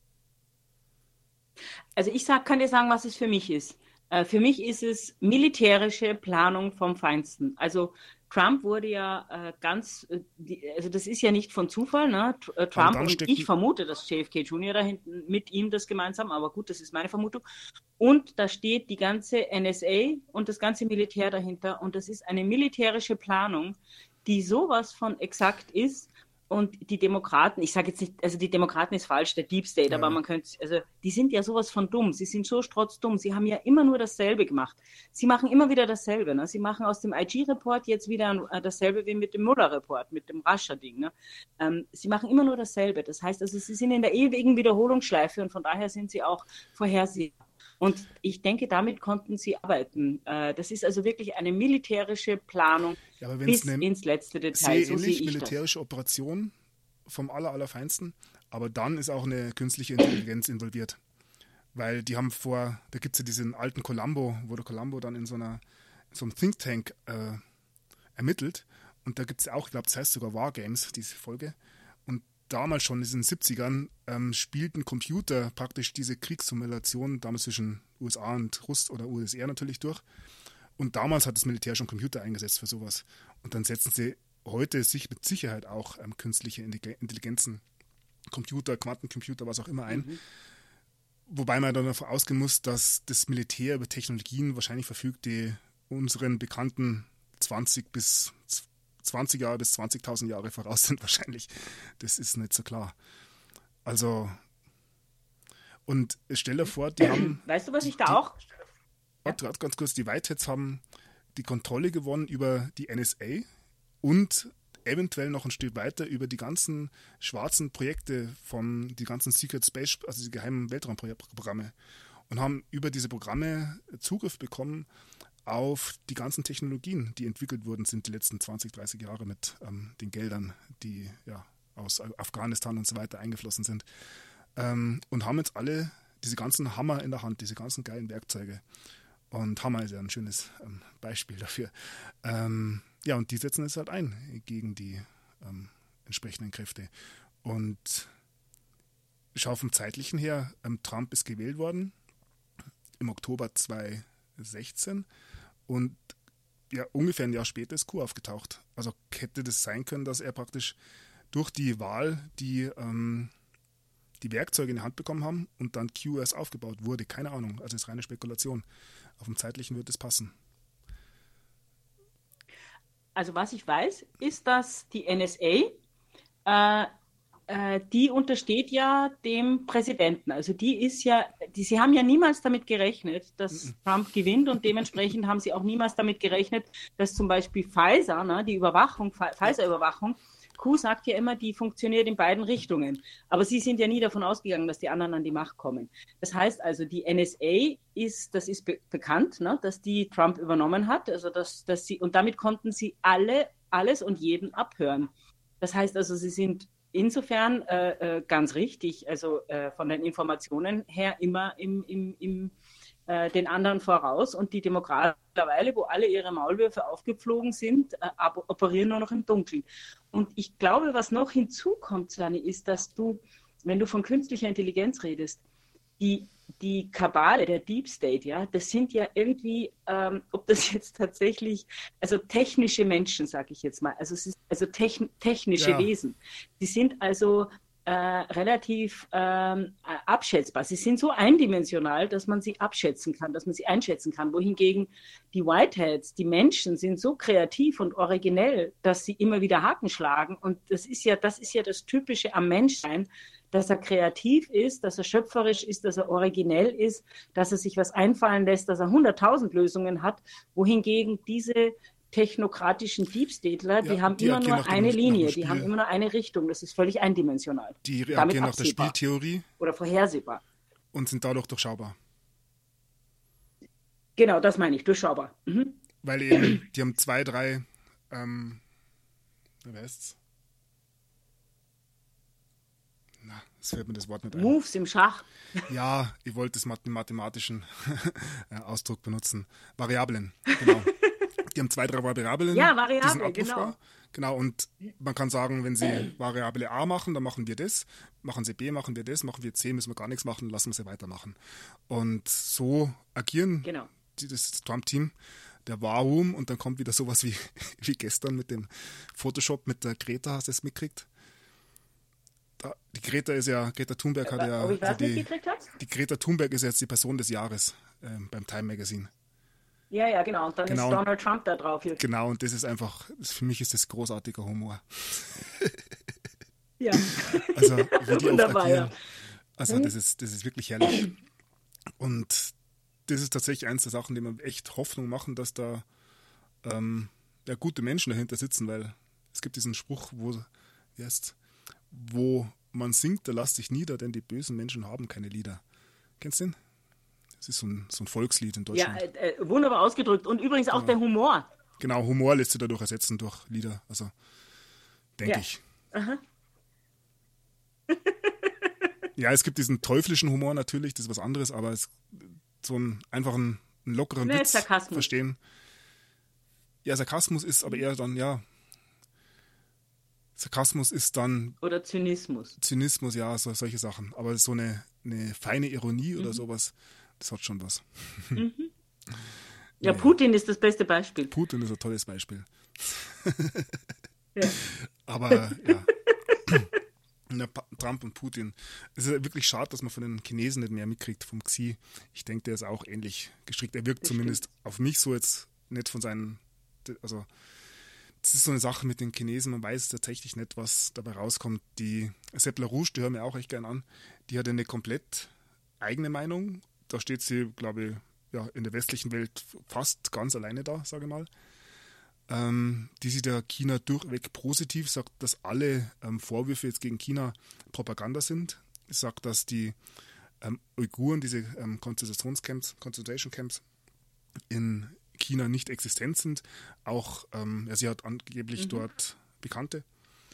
Also ich kann dir sagen, was es für mich ist. Für mich ist es militärische Planung vom Feinsten. Also Trump wurde ja also das ist ja nicht von Zufall, ne? Trump und ich vermute, dass JFK Jr. da hinten mit ihm das gemeinsam, aber gut, das ist meine Vermutung. Und da steht die ganze NSA und das ganze Militär dahinter und das ist eine militärische Planung, die sowas von exakt ist Und die Demokraten, ich sage jetzt nicht, also die Demokraten ist falsch, der Deep State, Ja, aber ja. man könnte, also die sind ja sowas von dumm. Sie sind so strotzdumm. Sie haben ja immer nur dasselbe gemacht. Sie machen immer wieder dasselbe. Ne? Sie machen aus dem IG-Report jetzt wieder dasselbe wie mit dem Mueller-Report, mit dem Russia-Ding. Ne? Sie machen immer nur dasselbe. Das heißt also, sie sind in der ewigen Wiederholungsschleife und von daher sind sie auch vorhersehbar. Und ich denke, damit konnten sie arbeiten. Das ist also wirklich eine militärische Planung Ja, aber wenn es bis eine ins letzte Detail. sehr So sehe ähnlich ich das. militärische Operation vom Allerfeinsten, aber dann ist auch eine künstliche Intelligenz involviert. Weil die haben da gibt es ja diesen alten Columbo, wo der Columbo dann in so einem Think Tank ermittelt. Und da gibt es auch, ich glaube, das heißt sogar Wargames, diese Folge. Und damals schon in den 70ern spielten Computer praktisch diese Kriegssimulation damals zwischen USA und oder USSR natürlich durch. Und damals hat das Militär schon Computer eingesetzt für sowas. Und dann setzen sie heute sich mit Sicherheit auch künstliche Intelligenzen, Computer, Quantencomputer, was auch immer ein. Wobei man dann davon ausgehen muss, dass das Militär über Technologien wahrscheinlich verfügt, die unseren bekannten 20 Jahre bis 20.000 Jahre voraus sind wahrscheinlich. Das ist nicht so klar. Also, und stell dir vor, die haben, Weißt du, was ich da die, auch? Ja. gerade ganz kurz, die Whiteheads haben die Kontrolle gewonnen über die NSA und eventuell noch ein Stück weiter über die ganzen schwarzen Projekte die ganzen Secret Space, also die geheimen Weltraumprogramme und haben über diese Programme Zugriff bekommen auf die ganzen Technologien, die entwickelt worden sind die letzten 20, 30 Jahre mit den Geldern, die ja aus Afghanistan und so weiter eingeflossen sind. Und haben jetzt alle diese ganzen Hammer in der Hand, diese ganzen geilen Werkzeuge. Und Hammer ist ja ein schönes Beispiel dafür. Ja, und die setzen es halt ein gegen die entsprechenden Kräfte. Und schau vom Zeitlichen her, Trump ist gewählt worden im Oktober 2016 und ja, ungefähr ein Jahr später ist Q aufgetaucht. Also hätte das sein können, dass er praktisch durch die Wahl die Werkzeuge in die Hand bekommen haben und dann Q erst aufgebaut wurde. Keine Ahnung, also ist reine Spekulation. Auf dem Zeitlichen wird es passen. Also was ich weiß, ist, dass die NSA, die untersteht ja dem Präsidenten. Also sie haben ja niemals damit gerechnet, dass Trump gewinnt und dementsprechend haben sie auch niemals damit gerechnet, dass zum Beispiel Pfizer, ne, die Pfizer-Überwachung, Q sagt ja immer, die funktioniert in beiden Richtungen. Aber sie sind ja nie davon ausgegangen, dass die anderen an die Macht kommen. Das heißt also, die NSA das ist bekannt, ne, dass die Trump übernommen hat. Also und damit konnten sie alles und jeden abhören. Das heißt also, sie sind insofern ganz richtig, also von den Informationen her immer den anderen voraus und die Demokraten mittlerweile, wo alle ihre Maulwürfe aufgeflogen sind, operieren nur noch im Dunkeln. Und ich glaube, was noch hinzukommt, Sani, ist, dass wenn du von künstlicher Intelligenz redest, die Kabale, der Deep State, ja, das sind ja irgendwie, ob das jetzt tatsächlich, also technische Menschen, sage ich jetzt mal, also es ist also technische Ja, Wesen. Die sind also relativ abschätzbar. Sie sind so eindimensional, dass man sie abschätzen kann, dass man sie einschätzen kann. Wohingegen die Whiteheads, die Menschen, sind so kreativ und originell, dass sie immer wieder Haken schlagen. Und das ist ja das Typische am Menschsein, dass er kreativ ist, dass er schöpferisch ist, dass er originell ist, dass er sich was einfallen lässt, dass er 100.000 Lösungen hat. Wohingegen diese technokratischen Deep Statler, ja, die haben die immer agieren nur eine Linie, die haben Spiel, immer nur eine Richtung. Das ist völlig eindimensional. die Damit reagieren nach der absehbar Spieltheorie oder vorhersehbar. und sind dadurch durchschaubar. Genau, das meine ich, durchschaubar. Mhm. Weil eben, die haben zwei, drei, wer heißt's? Na, es fällt mir das Wort nicht ein. Moves im Schach. Ja, ich wollte den mathematischen Ausdruck benutzen. Variablen, genau. Die haben zwei, drei Variablen, Ja, die sind Variable, abrufbar. genau. Genau, und man kann sagen, wenn Sie Variable A machen, dann machen wir das. Machen Sie B, machen wir das. Machen wir C, müssen wir gar nichts machen, lassen wir sie weitermachen. Und so agieren Genau. das Trump-Team. Der War-Room und dann kommt wieder sowas wie gestern mit dem Photoshop mit der Greta, hast du es mitgekriegt? Die Greta Thunberg hat ja, Ob ich also was mitgekriegt habe? die Greta Thunberg ist jetzt die Person des Jahres beim Time Magazine. Ja, ja, genau. Und dann ist Genau, Donald Trump da drauf. genau, und das ist einfach, für mich ist das großartiger Humor. Ja, Also wie die oft wunderbar, ja. agieren. Also das ist wirklich herrlich. Und das ist tatsächlich eins der Sachen, die mir echt Hoffnung machen, dass da ja, gute Menschen dahinter sitzen, weil es gibt diesen Spruch, wo man singt, da lass dich nieder, denn die bösen Menschen haben keine Lieder. Kennst du den? Das ist so ein Volkslied in Ja, Deutschland. wunderbar ausgedrückt. Und übrigens auch Genau. der Humor. Genau, Humor lässt sich dadurch ersetzen durch Lieder. Also denke Ja. ich. Aha. Ja, es gibt diesen teuflischen Humor natürlich, das ist was anderes, aber so einen lockeren Ne, Witz Sarkasmus. verstehen. Ja, Sarkasmus ist aber eher dann, ja, Sarkasmus ist dann Oder Zynismus. Zynismus, ja, solche Sachen. Aber so eine feine Ironie oder sowas, das hat schon was. Ja, Naja, Putin ist das beste Beispiel. Putin ist ein tolles Beispiel. Ja. Aber ja, ja, Trump und Putin. Es ist ja wirklich schade, dass man von den Chinesen nicht mehr mitkriegt, vom Xi. Ich denke, der ist auch ähnlich gestrickt. Er wirkt Das zumindest stimmt. auf mich so jetzt nicht von seinen, also das ist so eine Sache mit den Chinesen, man weiß tatsächlich nicht, was dabei rauskommt. Die Sepp LaRouche, die hören wir auch echt gern an, die hat eine komplett eigene Meinung. Da steht sie, glaube ich, ja, in der westlichen Welt fast ganz alleine da, sage ich mal. Die sieht ja China durchweg positiv, sagt, dass alle Vorwürfe jetzt gegen China Propaganda sind. Sagt, dass die Uiguren, diese Concentration Camps in China nicht existent sind. Auch, ja, sie hat angeblich dort Bekannte.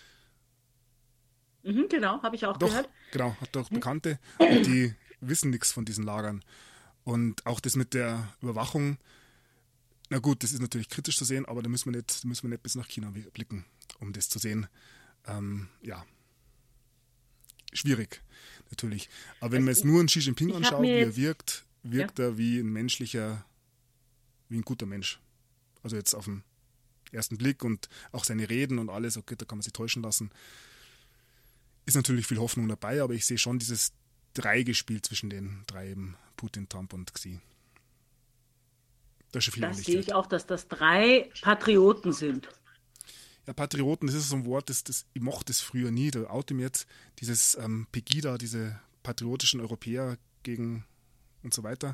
Mhm, genau, habe ich auch Doch, gehört. genau, hat doch Bekannte und die wissen nichts von diesen Lagern. Und auch das mit der Überwachung, na gut, das ist natürlich kritisch zu sehen, aber da müssen wir nicht bis nach China blicken, um das zu sehen. Ja, schwierig, natürlich. Aber wenn Also man jetzt nur einen Xi Jinping ich habe anschaut, mir wie er jetzt, wirkt, ja, wirkt er wie ein guter Mensch. Also jetzt auf den ersten Blick und auch seine Reden und alles, okay, da kann man sich täuschen lassen. Ist natürlich viel Hoffnung dabei, aber ich sehe schon dieses Dreigespiel zwischen den drei eben, Putin, Trump und Xi. Da ist schon viel das sehe Ehrlichkeit. ich auch, dass das drei Patrioten sind. Ja, Patrioten, das ist so ein Wort, ich mochte das früher nie. Da oute mir jetzt dieses Pegida, diese patriotischen Europäer gegen und so weiter.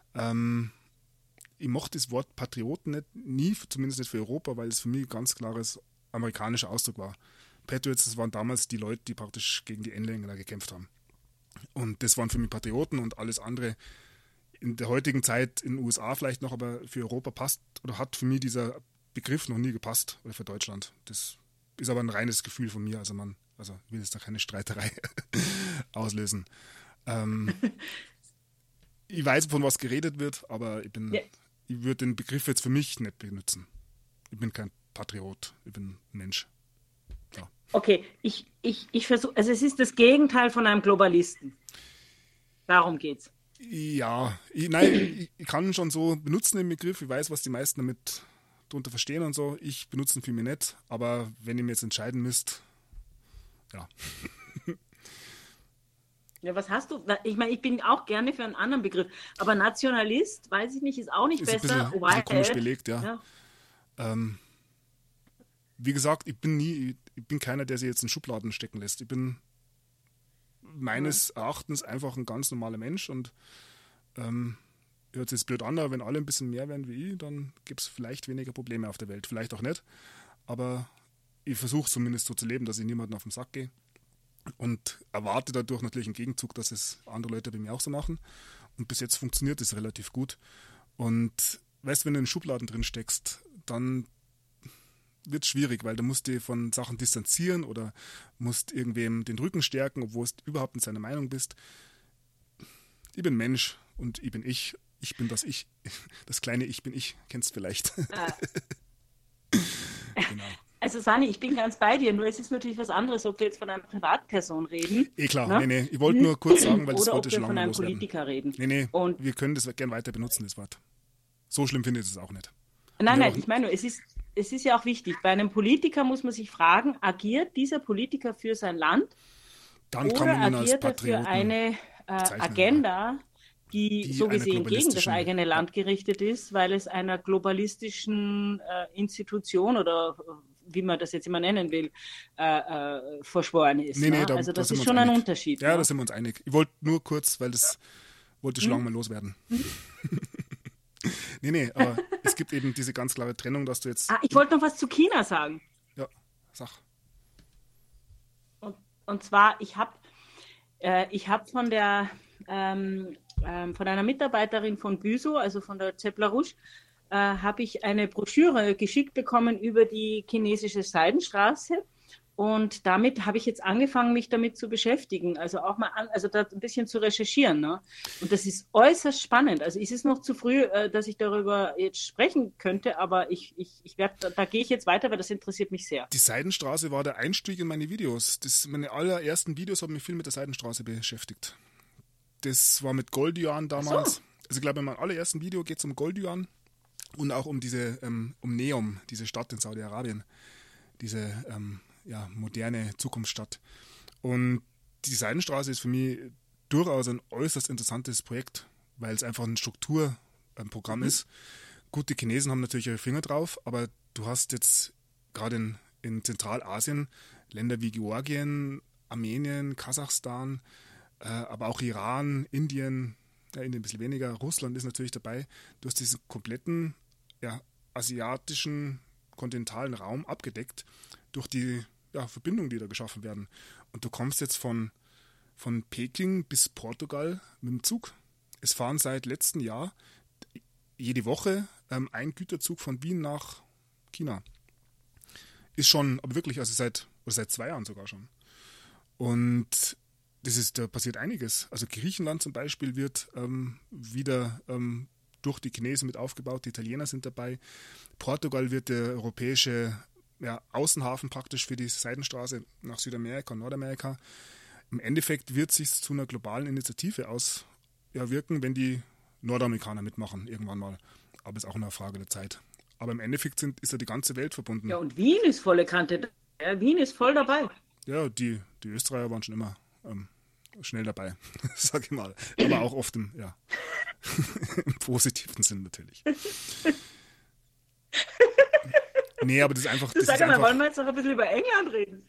Ich mochte das Wort Patrioten nie, zumindest nicht für Europa, weil es für mich ein ganz klares amerikanischer Ausdruck war. Patriots, das waren damals die Leute, die praktisch gegen die Engländer gekämpft haben. Und das waren für mich Patrioten und alles andere in der heutigen Zeit in den USA vielleicht noch, aber für Europa passt oder hat für mich dieser Begriff noch nie gepasst oder für Deutschland. Das ist aber ein reines Gefühl von mir. Also ich will jetzt da keine Streiterei auslösen. Ähm, Ich weiß, von was geredet wird, aber Ja, ich würde den Begriff jetzt für mich nicht benutzen. Ich bin kein Patriot, ich bin ein Mensch. Ja, okay, ich versuche, also es ist das Gegenteil von einem Globalisten. Darum geht's. ja nein, ich kann schon so benutzen den Begriff. Ich weiß, was die meisten damit drunter verstehen und so. Ich benutze ihn für mich nicht, aber wenn ihr mir jetzt entscheiden müsst, ja, Ja, was hast du? Ich meine, ich bin auch gerne für einen anderen Begriff, aber Nationalist, weiß ich nicht, ist auch nicht ist ein besser, bisschen komisch weil, belegt, ja. ja, Ähm, Wie gesagt, ich bin keiner, der sich jetzt in Schubladen stecken lässt. Ich bin mhm. meines Erachtens einfach ein ganz normaler Mensch und hört sich jetzt blöd an, aber wenn alle ein bisschen mehr wären wie ich, dann gibt es vielleicht weniger Probleme auf der Welt. Vielleicht auch nicht, aber ich versuche zumindest so zu leben, dass ich niemanden auf den Sack gehe und erwarte dadurch natürlich im Gegenzug, dass es andere Leute bei mir auch so machen. Und bis jetzt funktioniert es relativ gut. Und weißt, wenn du in Schubladen drin steckst, dann wird es schwierig, weil du musst dich von Sachen distanzieren oder musst irgendwem den Rücken stärken, obwohl du überhaupt nicht seiner Meinung bist. Ich bin Mensch und ich bin ich. Ich bin das Ich. Das kleine Ich bin ich. Kennst du vielleicht. Äh, Genau. also Sani, ich bin ganz bei dir, nur es ist natürlich was anderes, ob wir jetzt von einer Privatperson reden, Eh klar, nee, ne? nee. Ich wollte nur kurz sagen, weil das Oder wollte ob ich wir schon von lange einem loswerden. Politiker reden. Nee, nee, Und wir können das gern weiter benutzen, das Wort. So schlimm finde ich es auch nicht. Und nein, wir nein, auch, ich meine, nur, es ist ja auch wichtig. Bei einem Politiker muss man sich fragen, agiert dieser Politiker für sein Land dann kann oder man ihn als agiert er für Patrioten eine bezeichnen, ja. Agenda, die Die so einer gesehen gegen das globalistischen, eigene ja, Land gerichtet ist, weil es einer globalistischen Institution oder wie man das jetzt immer nennen will, verschworen ist. Nee, ne? da, Also da das sind wir ist uns schon ein einig. Unterschied. Ja, Ne? da sind wir uns einig. Ich wollte nur kurz, weil das wollte ich schon lange mal loswerden. Nee, aber es gibt eben diese ganz klare Trennung, dass du jetzt... Ich wollte noch was zu China sagen. Ja, sag. Und zwar, ich habe von von einer Mitarbeiterin von Büso, also von der Zeppler Rouge, habe ich eine Broschüre geschickt bekommen über die chinesische Seidenstraße. Und damit habe ich jetzt angefangen, mich damit zu beschäftigen, also auch mal also da ein bisschen zu recherchieren. Ne? Und das ist äußerst spannend. Also es ist noch zu früh, dass ich darüber jetzt sprechen könnte, aber da gehe ich jetzt weiter, weil das interessiert mich sehr. Die Seidenstraße war der Einstieg in meine Videos. Meine allerersten Videos haben mich viel mit der Seidenstraße beschäftigt. Das war mit Goldjuan damals. So. Also ich glaube, in meinem allerersten Video geht es um Goldjuan und auch um um Neom, diese Stadt in Saudi-Arabien. Diese moderne Zukunftsstadt. Und die Seidenstraße ist für mich durchaus ein äußerst interessantes Projekt, weil es einfach ein Strukturprogramm ist. Gut, die Chinesen haben natürlich ihre Finger drauf, aber du hast jetzt gerade in Zentralasien Länder wie Georgien, Armenien, Kasachstan, aber auch Iran, Indien ein bisschen weniger, Russland ist natürlich dabei. Du hast diesen kompletten asiatischen kontinentalen Raum abgedeckt durch die Verbindungen, die da geschaffen werden. Und du kommst jetzt von Peking bis Portugal mit dem Zug. Es fahren seit letztem Jahr jede Woche ein Güterzug von Wien nach China. Ist schon, aber wirklich, also seit 2 Jahren sogar schon. Und da passiert einiges. Also Griechenland zum Beispiel wird wieder durch die Chinesen mit aufgebaut, die Italiener sind dabei. Portugal wird der europäische Außenhafen praktisch für die Seidenstraße nach Südamerika und Nordamerika. Im Endeffekt wird es sich zu einer globalen Initiative auswirken, wenn die Nordamerikaner mitmachen irgendwann mal. Aber es ist auch eine Frage der Zeit. Aber im Endeffekt ist ja die ganze Welt verbunden. Ja, und Wien ist volle Kante. Ja, Wien ist voll dabei. Ja, die Österreicher waren schon immer schnell dabei, sag ich mal. Aber auch oft im positiven Sinn natürlich. Nee, aber das ist einfach... Sag mal, wollen wir jetzt noch ein bisschen über England reden?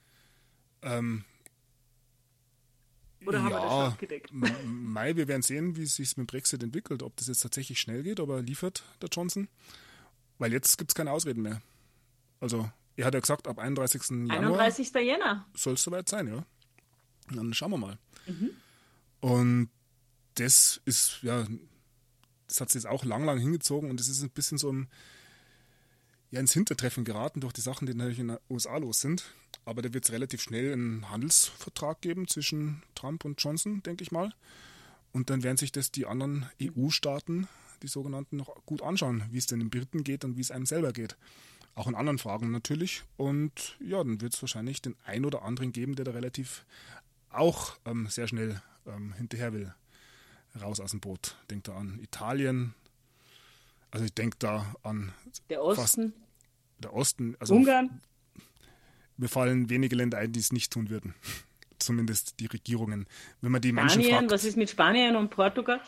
Oder haben wir das schon abgedeckt? Wir werden sehen, wie es sich mit Brexit entwickelt, ob das jetzt tatsächlich schnell geht, ob er liefert, der Johnson. Weil jetzt gibt es keine Ausreden mehr. Also, er hat ja gesagt, ab 31. Januar... 31. Jänner. Soll es soweit sein, ja. Und dann schauen wir mal. Und das ist, das hat sich jetzt auch lang hingezogen und das ist ein bisschen so ins Hintertreffen geraten durch die Sachen, die natürlich in den USA los sind. Aber da wird es relativ schnell einen Handelsvertrag geben zwischen Trump und Johnson, denke ich mal. Und dann werden sich das die anderen EU-Staaten, die sogenannten, noch gut anschauen, wie es denn den Briten geht und wie es einem selber geht. Auch in anderen Fragen natürlich. Und dann wird es wahrscheinlich den einen oder anderen geben, der da relativ auch sehr schnell hinterher will. Raus aus dem Boot. Denkt da an Italien. Also ich denke da an... Der Osten. Der Osten. Also Ungarn. Mir fallen wenige Länder ein, die es nicht tun würden. Zumindest die Regierungen. Wenn man die Menschen fragt... Was ist mit Spanien und Portugal?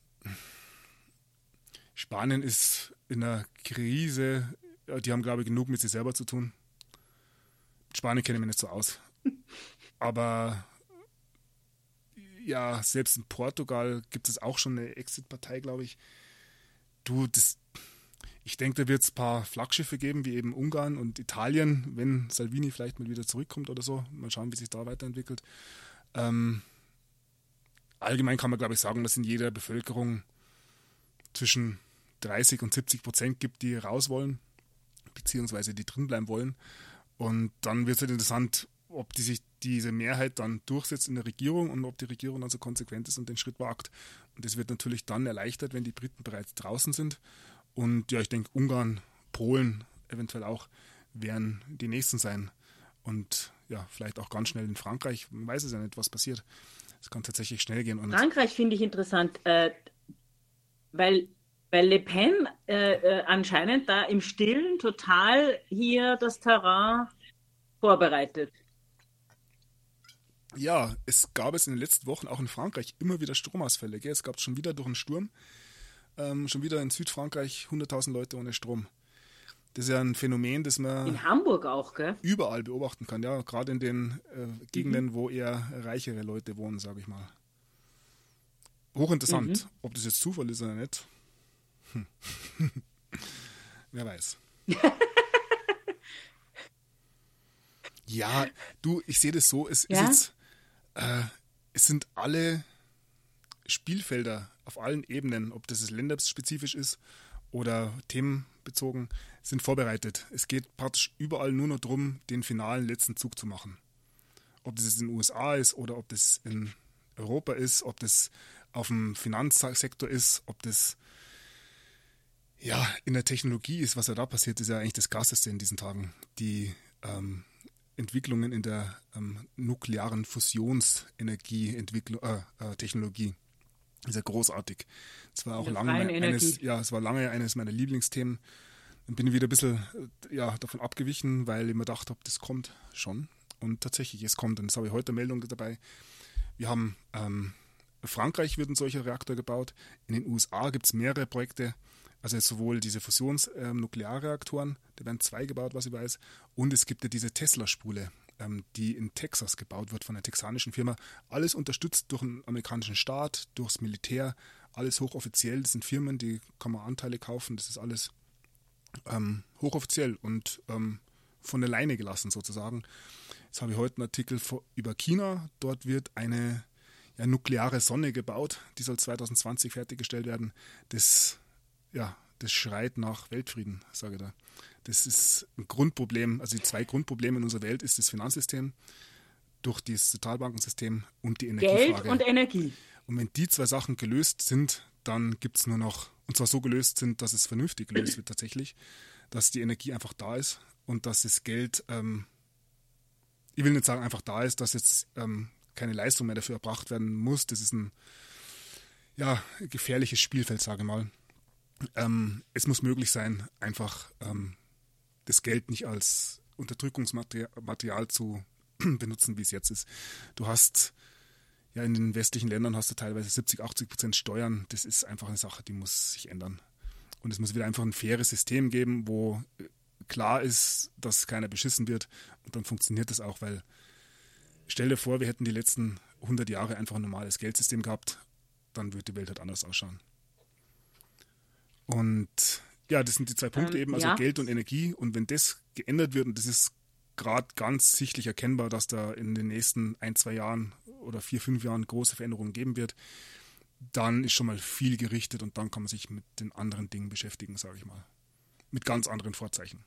Spanien ist in einer Krise. Die haben, glaube ich, genug mit sich selber zu tun. Mit Spanien kenne ich mich nicht so aus. Aber selbst in Portugal gibt es auch schon eine Exit-Partei, glaube ich. Ich denke, da wird es ein paar Flaggschiffe geben, wie eben Ungarn und Italien, wenn Salvini vielleicht mal wieder zurückkommt oder so. Mal schauen, wie sich da weiterentwickelt. Allgemein kann man, glaube ich, sagen, dass in jeder Bevölkerung zwischen 30 und 70% gibt, die raus wollen, beziehungsweise die drin bleiben wollen. Und dann wird es halt interessant, ob sich diese Mehrheit dann durchsetzt in der Regierung und ob die Regierung dann so konsequent ist und den Schritt wagt. Und das wird natürlich dann erleichtert, wenn die Briten bereits draußen sind. Und ich denke, Ungarn, Polen eventuell auch, werden die Nächsten sein. Und vielleicht auch ganz schnell in Frankreich. Man weiß es ja nicht, was passiert. Es kann tatsächlich schnell gehen. Und Frankreich finde ich interessant, weil Le Pen anscheinend da im Stillen total hier das Terrain vorbereitet. Ja, es gab in den letzten Wochen auch in Frankreich immer wieder Stromausfälle. Gell? Es gab schon wieder durch einen Sturm, schon wieder in Südfrankreich 100.000 Leute ohne Strom. Das ist ja ein Phänomen, das man In Hamburg auch, gell? überall beobachten kann, ja, gerade in den Gegenden, wo eher reichere Leute wohnen, sage ich mal. Hochinteressant. Ob das jetzt Zufall ist oder nicht, wer weiß. Ja, du, ich sehe das so, ist jetzt, es sind alle Spielfelder auf allen Ebenen, ob das länderspezifisch ist oder themenbezogen, sind vorbereitet. Es geht praktisch überall nur noch darum, den finalen letzten Zug zu machen. Ob das jetzt in den USA ist oder ob das in Europa ist, ob das auf dem Finanzsektor ist, ob das ja in der Technologie ist, was ja da passiert, ist ja eigentlich das Krasseste in diesen Tagen. Die Entwicklungen in der nuklearen Fusionsenergie-Technologie. Ist ja großartig. Es war auch es war lange eines meiner Lieblingsthemen. Dann bin ich wieder ein bisschen davon abgewichen, weil ich mir gedacht habe, das kommt schon. Und tatsächlich, es kommt. Und das habe ich heute eine Meldung dabei. Wir haben, Frankreich wird ein solcher Reaktor gebaut. In den USA gibt es mehrere Projekte. Also sowohl diese Fusions-Nuklearreaktoren, da werden 2 gebaut, was ich weiß. Und es gibt ja diese Tesla-Spule, die in Texas gebaut wird von einer texanischen Firma. Alles unterstützt durch den amerikanischen Staat, durchs Militär, alles hochoffiziell. Das sind Firmen, die kann man Anteile kaufen. Das ist alles hochoffiziell und von der Leine gelassen sozusagen. Jetzt habe ich heute einen Artikel über China. Dort wird eine nukleare Sonne gebaut. Die soll 2020 fertiggestellt werden. Das schreit nach Weltfrieden, sage ich da. Das ist ein Grundproblem, also die 2 Grundprobleme in unserer Welt ist das Finanzsystem durch das Zentralbankensystem und die Energiefrage. Geld und Energie. Und wenn die 2 Sachen gelöst sind, dann gibt es nur noch, und zwar so gelöst sind, dass es vernünftig gelöst wird tatsächlich, dass die Energie einfach da ist und dass das Geld, ich will nicht sagen einfach da ist, dass jetzt keine Leistung mehr dafür erbracht werden muss. Das ist ein gefährliches Spielfeld, sage ich mal. Es muss möglich sein, einfach das Geld nicht als Unterdrückungsmaterial zu benutzen, wie es jetzt ist. Du hast in den westlichen Ländern hast du teilweise 70-80% Steuern. Das ist einfach eine Sache, die muss sich ändern. Und es muss wieder einfach ein faires System geben, wo klar ist, dass keiner beschissen wird. Und dann funktioniert das auch, weil stell dir vor, wir hätten die letzten 100 Jahre einfach ein normales Geldsystem gehabt, dann würde die Welt halt anders ausschauen. Und das sind die 2 Punkte eben, also Geld und Energie. Und wenn das geändert wird, und das ist gerade ganz sichtlich erkennbar, dass da in den nächsten 1-2 Jahren oder 4-5 Jahren große Veränderungen geben wird, dann ist schon mal viel gerichtet und dann kann man sich mit den anderen Dingen beschäftigen, sage ich mal. Mit ganz anderen Vorzeichen.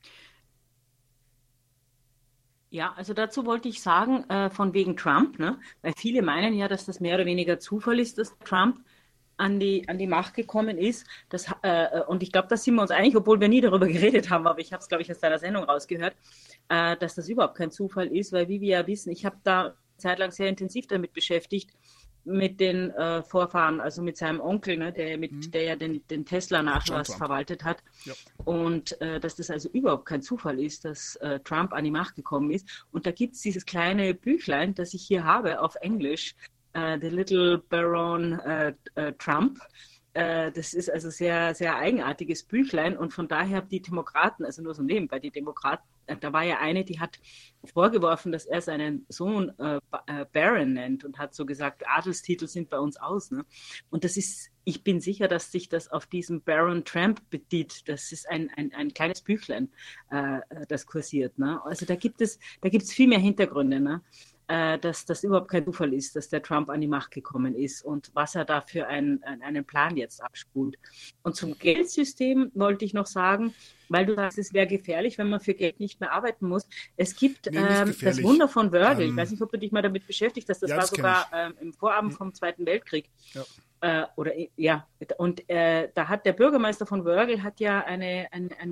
Ja, also dazu wollte ich sagen, von wegen Trump, ne? Weil viele meinen ja, dass das mehr oder weniger Zufall ist, dass Trump an die Macht gekommen ist. Und ich glaube, da sind wir uns einig, obwohl wir nie darüber geredet haben, aber ich habe es, glaube ich, aus deiner Sendung rausgehört, dass das überhaupt kein Zufall ist, weil wie wir ja wissen, ich habe da eine Zeit lang sehr intensiv damit beschäftigt, mit den Vorfahren, also mit seinem Onkel, ne, der ja den Tesla-Nachlass verwaltet hat. Ja. Und dass das also überhaupt kein Zufall ist, dass Trump an die Macht gekommen ist. Und da gibt es dieses kleine Büchlein, das ich hier habe auf Englisch, The Little Baron Trump. Das ist also sehr, sehr eigenartiges Büchlein und von daher die Demokraten, also nur so nebenbei, die Demokraten, da war ja eine, die hat vorgeworfen, dass er seinen Sohn Baron nennt und hat so gesagt, Adelstitel sind bei uns aus. Ne? Und das ist, ich bin sicher, dass sich das auf diesem Baron Trump bezieht. Das ist ein kleines Büchlein, das kursiert. Ne? Also da gibt es viel mehr Hintergründe. Ne? Dass das überhaupt kein Zufall ist, dass der Trump an die Macht gekommen ist und was er da für einen Plan jetzt abspult. Und zum Geldsystem wollte ich noch sagen, weil du sagst, es wäre gefährlich, wenn man für Geld nicht mehr arbeiten muss. Es gibt das Wunder von Wörgl. Ich weiß nicht, ob du dich mal damit beschäftigt hast. Das war sogar im Vorabend vom Zweiten Weltkrieg. Ja. Und da hat der Bürgermeister von Wörgl hat ja eine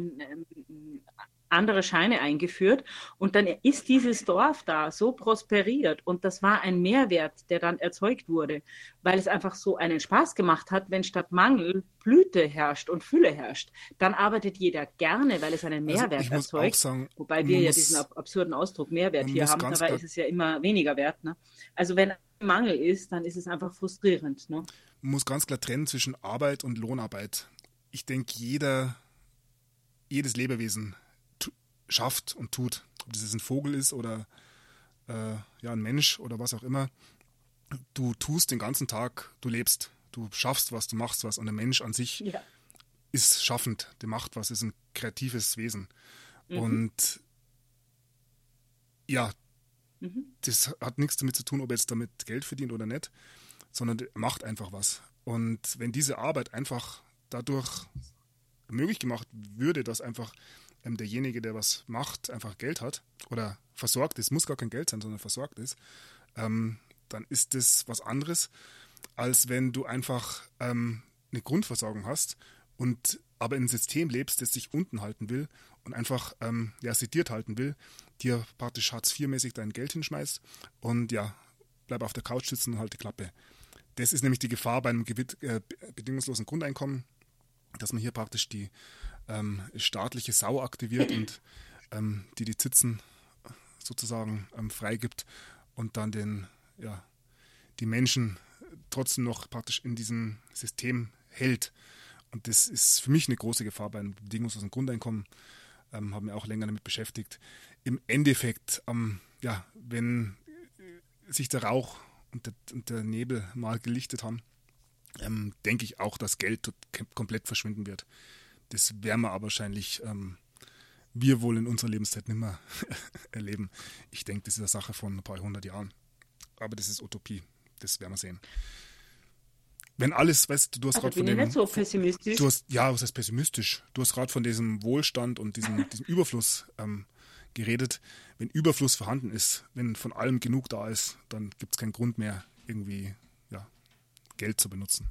andere Scheine eingeführt und dann ist dieses Dorf da so prosperiert und das war ein Mehrwert, der dann erzeugt wurde, weil es einfach so einen Spaß gemacht hat, wenn statt Mangel Blüte herrscht und Fülle herrscht. Dann arbeitet jeder gerne, weil es einen Mehrwert erzeugt, sagen, wobei wir ja diesen absurden Ausdruck Mehrwert hier haben, dabei ist es ja immer weniger wert. Ne? Also wenn Mangel ist, dann ist es einfach frustrierend. Ne? Man muss ganz klar trennen zwischen Arbeit und Lohnarbeit. Ich denke, jeder jedes Lebewesen schafft und tut. Ob das ein Vogel ist oder ein Mensch oder was auch immer. Du tust den ganzen Tag, du lebst, du schaffst was, du machst was. Und der Mensch an sich ist schaffend, der macht was, ist ein kreatives Wesen. Und ja, das hat nichts damit zu tun, ob er jetzt damit Geld verdient oder nicht, sondern er macht einfach was. Und wenn diese Arbeit einfach dadurch möglich gemacht würde, dass einfach derjenige, der was macht, einfach Geld hat oder versorgt ist, muss gar kein Geld sein, sondern versorgt ist, dann ist das was anderes, als wenn du einfach eine Grundversorgung hast und aber in einem System lebst, das dich unten halten will und einfach sediert halten will, dir praktisch Hartz-IV-mäßig dein Geld hinschmeißt und bleib auf der Couch sitzen und halt die Klappe. Das ist nämlich die Gefahr bei einem bedingungslosen Grundeinkommen, dass man hier praktisch die staatliche Sau aktiviert und die Zitzen sozusagen freigibt und dann die Menschen trotzdem noch praktisch in diesem System hält. Und das ist für mich eine große Gefahr bei einem bedingungslosen Grundeinkommen. Habe mich auch länger damit beschäftigt. Im Endeffekt, wenn sich der Rauch und der Nebel mal gelichtet haben, denke ich auch, dass Geld komplett verschwinden wird. Das werden wir aber wahrscheinlich wir wohl in unserer Lebenszeit nicht mehr erleben. Ich denke, das ist eine Sache von ein paar hundert Jahren. Aber das ist Utopie. Das werden wir sehen. Wenn alles, weißt du, du hast gerade von dem... nicht so pessimistisch. Was heißt pessimistisch? Du hast gerade von diesem Wohlstand und diesem Überfluss geredet. Wenn Überfluss vorhanden ist, wenn von allem genug da ist, dann gibt es keinen Grund mehr, irgendwie Geld zu benutzen.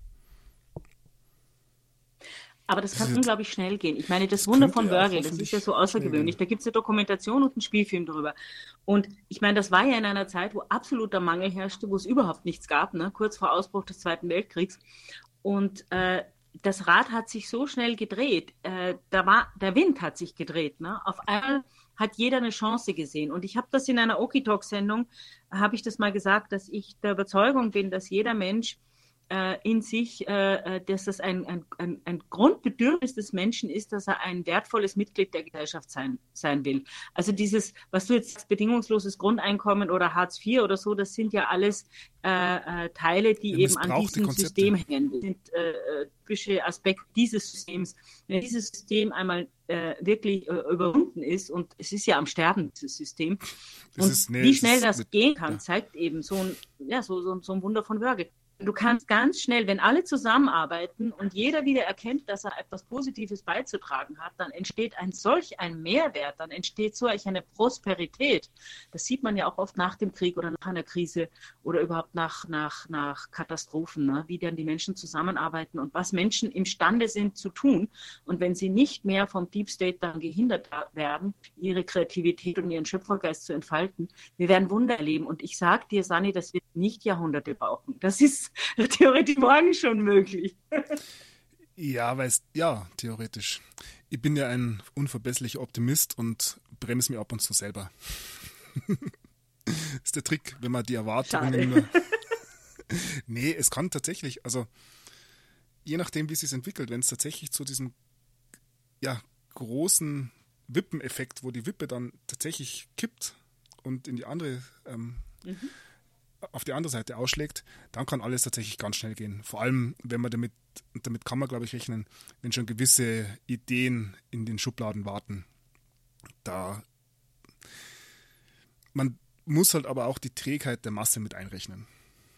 Aber das kann unglaublich schnell gehen. Ich meine, das Wunder von Wörgl, das ist ja so außergewöhnlich. Da gibt es eine Dokumentation und einen Spielfilm darüber. Und ich meine, das war ja in einer Zeit, wo absoluter Mangel herrschte, wo es überhaupt nichts gab, ne? Kurz vor Ausbruch des Zweiten Weltkriegs. Und das Rad hat sich so schnell gedreht. Der Wind hat sich gedreht. Ne? Auf einmal hat jeder eine Chance gesehen. Und ich habe das in einer Okie-Talk-Sendung, habe ich das mal gesagt, dass ich der Überzeugung bin, dass jeder Mensch in sich, dass das ein Grundbedürfnis des Menschen ist, dass er ein wertvolles Mitglied der Gesellschaft sein will. Also dieses, was du jetzt bedingungsloses Grundeinkommen oder Hartz IV oder so, das sind ja alles Teile, die eben an diesem System hängen. Das sind typische Aspekte dieses Systems. Wenn dieses System einmal wirklich überwunden ist, und es ist ja am Sterben, dieses System, wie schnell das gehen kann, zeigt eben so ein Wunder von Wörgl. Du kannst ganz schnell, wenn alle zusammenarbeiten und jeder wieder erkennt, dass er etwas Positives beizutragen hat, dann entsteht solch ein Mehrwert, dann entsteht solch eine Prosperität. Das sieht man ja auch oft nach dem Krieg oder nach einer Krise oder überhaupt nach Katastrophen, ne? Wie dann die Menschen zusammenarbeiten und was Menschen imstande sind zu tun. Und wenn sie nicht mehr vom Deep State dann gehindert werden, ihre Kreativität und ihren Schöpfergeist zu entfalten, wir werden Wunder erleben. Und ich sage dir, Sanni, das wird nicht Jahrhunderte brauchen. Das ist theoretisch morgen schon möglich. Ja, theoretisch. Ich bin ja ein unverbesserlicher Optimist und bremse mich ab und zu selber. Das ist der Trick, wenn man die Erwartungen nur... Nee, es kann tatsächlich, also je nachdem, wie es sich entwickelt, wenn es tatsächlich zu diesem großen Wippeneffekt, wo die Wippe dann tatsächlich kippt und in die andere... auf die andere Seite ausschlägt, dann kann alles tatsächlich ganz schnell gehen. Vor allem, wenn man damit kann man, glaube ich, rechnen, wenn schon gewisse Ideen in den Schubladen warten. Man muss halt aber auch die Trägheit der Masse mit einrechnen.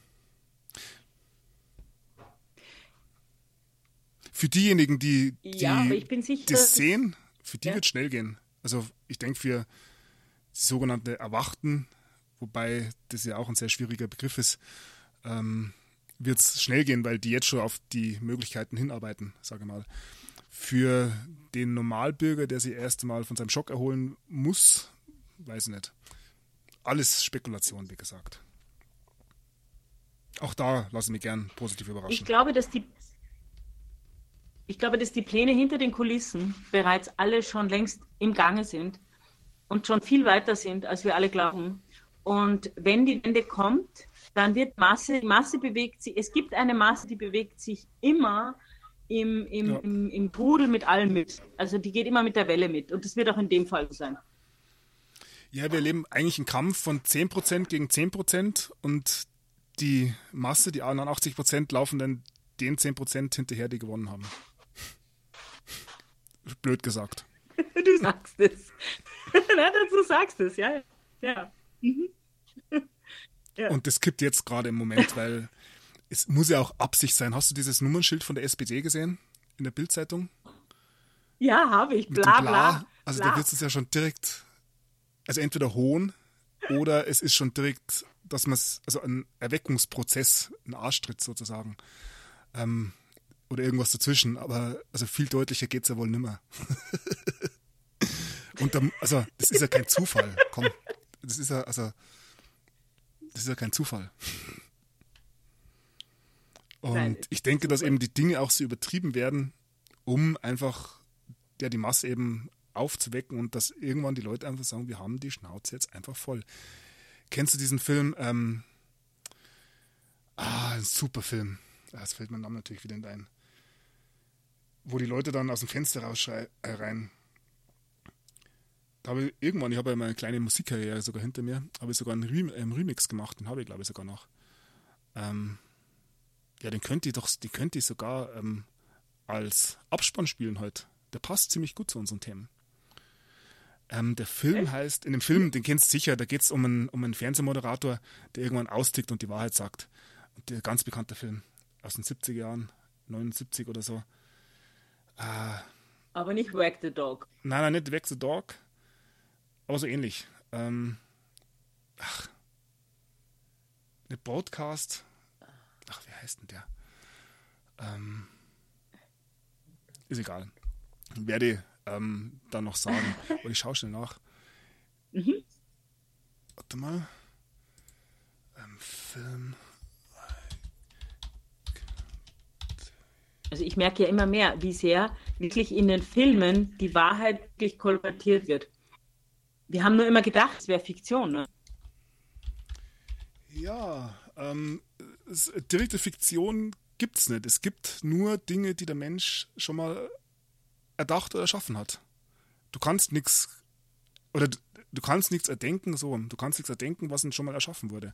Für diejenigen, die das sehen, für die wird es schnell gehen. Also ich denke, für die sogenannte Erwachten, wobei das ja auch ein sehr schwieriger Begriff ist, wird es schnell gehen, weil die jetzt schon auf die Möglichkeiten hinarbeiten, sage ich mal. Für den Normalbürger, der sich erst einmal von seinem Schock erholen muss, weiß ich nicht. Alles Spekulation, wie gesagt. Auch da lasse ich mich gern positiv überraschen. Ich glaube, dass die Pläne hinter den Kulissen bereits alle schon längst im Gange sind und schon viel weiter sind, als wir alle glauben. Und wenn die Wende kommt, dann wird die Masse bewegt sich, es gibt eine Masse, die bewegt sich immer Ja. im Pudel mit allem mit. Also die geht immer mit der Welle mit. Und das wird auch in dem Fall so sein. Ja, wir erleben eigentlich einen Kampf von 10% gegen 10% und die Masse, die anderen 80%, laufen dann den 10% hinterher, die gewonnen haben. Blöd gesagt. Du sagst es. Na, du sagst es, ja. Ja. Ja. Und das kippt jetzt gerade im Moment, weil es muss ja auch Absicht sein. Hast du dieses Nummernschild von der SPD gesehen? In der Bildzeitung? Ja, habe ich. Mit dem Bla, Bla. bla, Also da bla. wird es ja schon direkt, also entweder Hohn oder es ist schon direkt, dass man es, also ein Erweckungsprozess, ein Arschtritt sozusagen. Oder irgendwas dazwischen, aber also viel deutlicher geht es ja wohl nimmer. Und also das ist ja kein Zufall. Komm, das ist ja kein Zufall. Nein, Und ich denke, dass eben die Dinge auch so übertrieben werden, um einfach die Masse eben aufzuwecken und dass irgendwann die Leute einfach sagen, wir haben die Schnauze jetzt einfach voll. Kennst du diesen Film? Ein super Film. Es fällt mein Name natürlich wieder ein. Wo die Leute dann aus dem Fenster rein. Da habe ich irgendwann, ich habe ja meine kleine Musikkarriere sogar hinter mir, habe ich sogar einen Remix gemacht, den habe ich glaube ich sogar noch. Ja, den könnte ich sogar als Abspann spielen heute. Der passt ziemlich gut zu unseren Themen. Der Film heißt, in dem Film, den kennst du sicher, da geht es um einen Fernsehmoderator, der irgendwann austickt und die Wahrheit sagt. Und der ganz bekannte Film aus den 70er Jahren, 79 oder so. aber nicht Wag the Dog. Nein, nicht Wag the Dog, aber so ähnlich. Eine Broadcast. Ach, wie heißt denn der? Ist egal. Werde ich dann noch sagen. Aber ich schaue schnell nach. Mhm. Warte mal. Film. Also ich merke ja immer mehr, wie sehr wirklich in den Filmen die Wahrheit wirklich kolportiert wird. Wir haben nur immer gedacht, es wäre Fiktion. Ne? Ja, direkte Fiktion gibt es nicht. Es gibt nur Dinge, die der Mensch schon mal erdacht oder erschaffen hat. Du kannst nichts erdenken, was schon mal erschaffen wurde.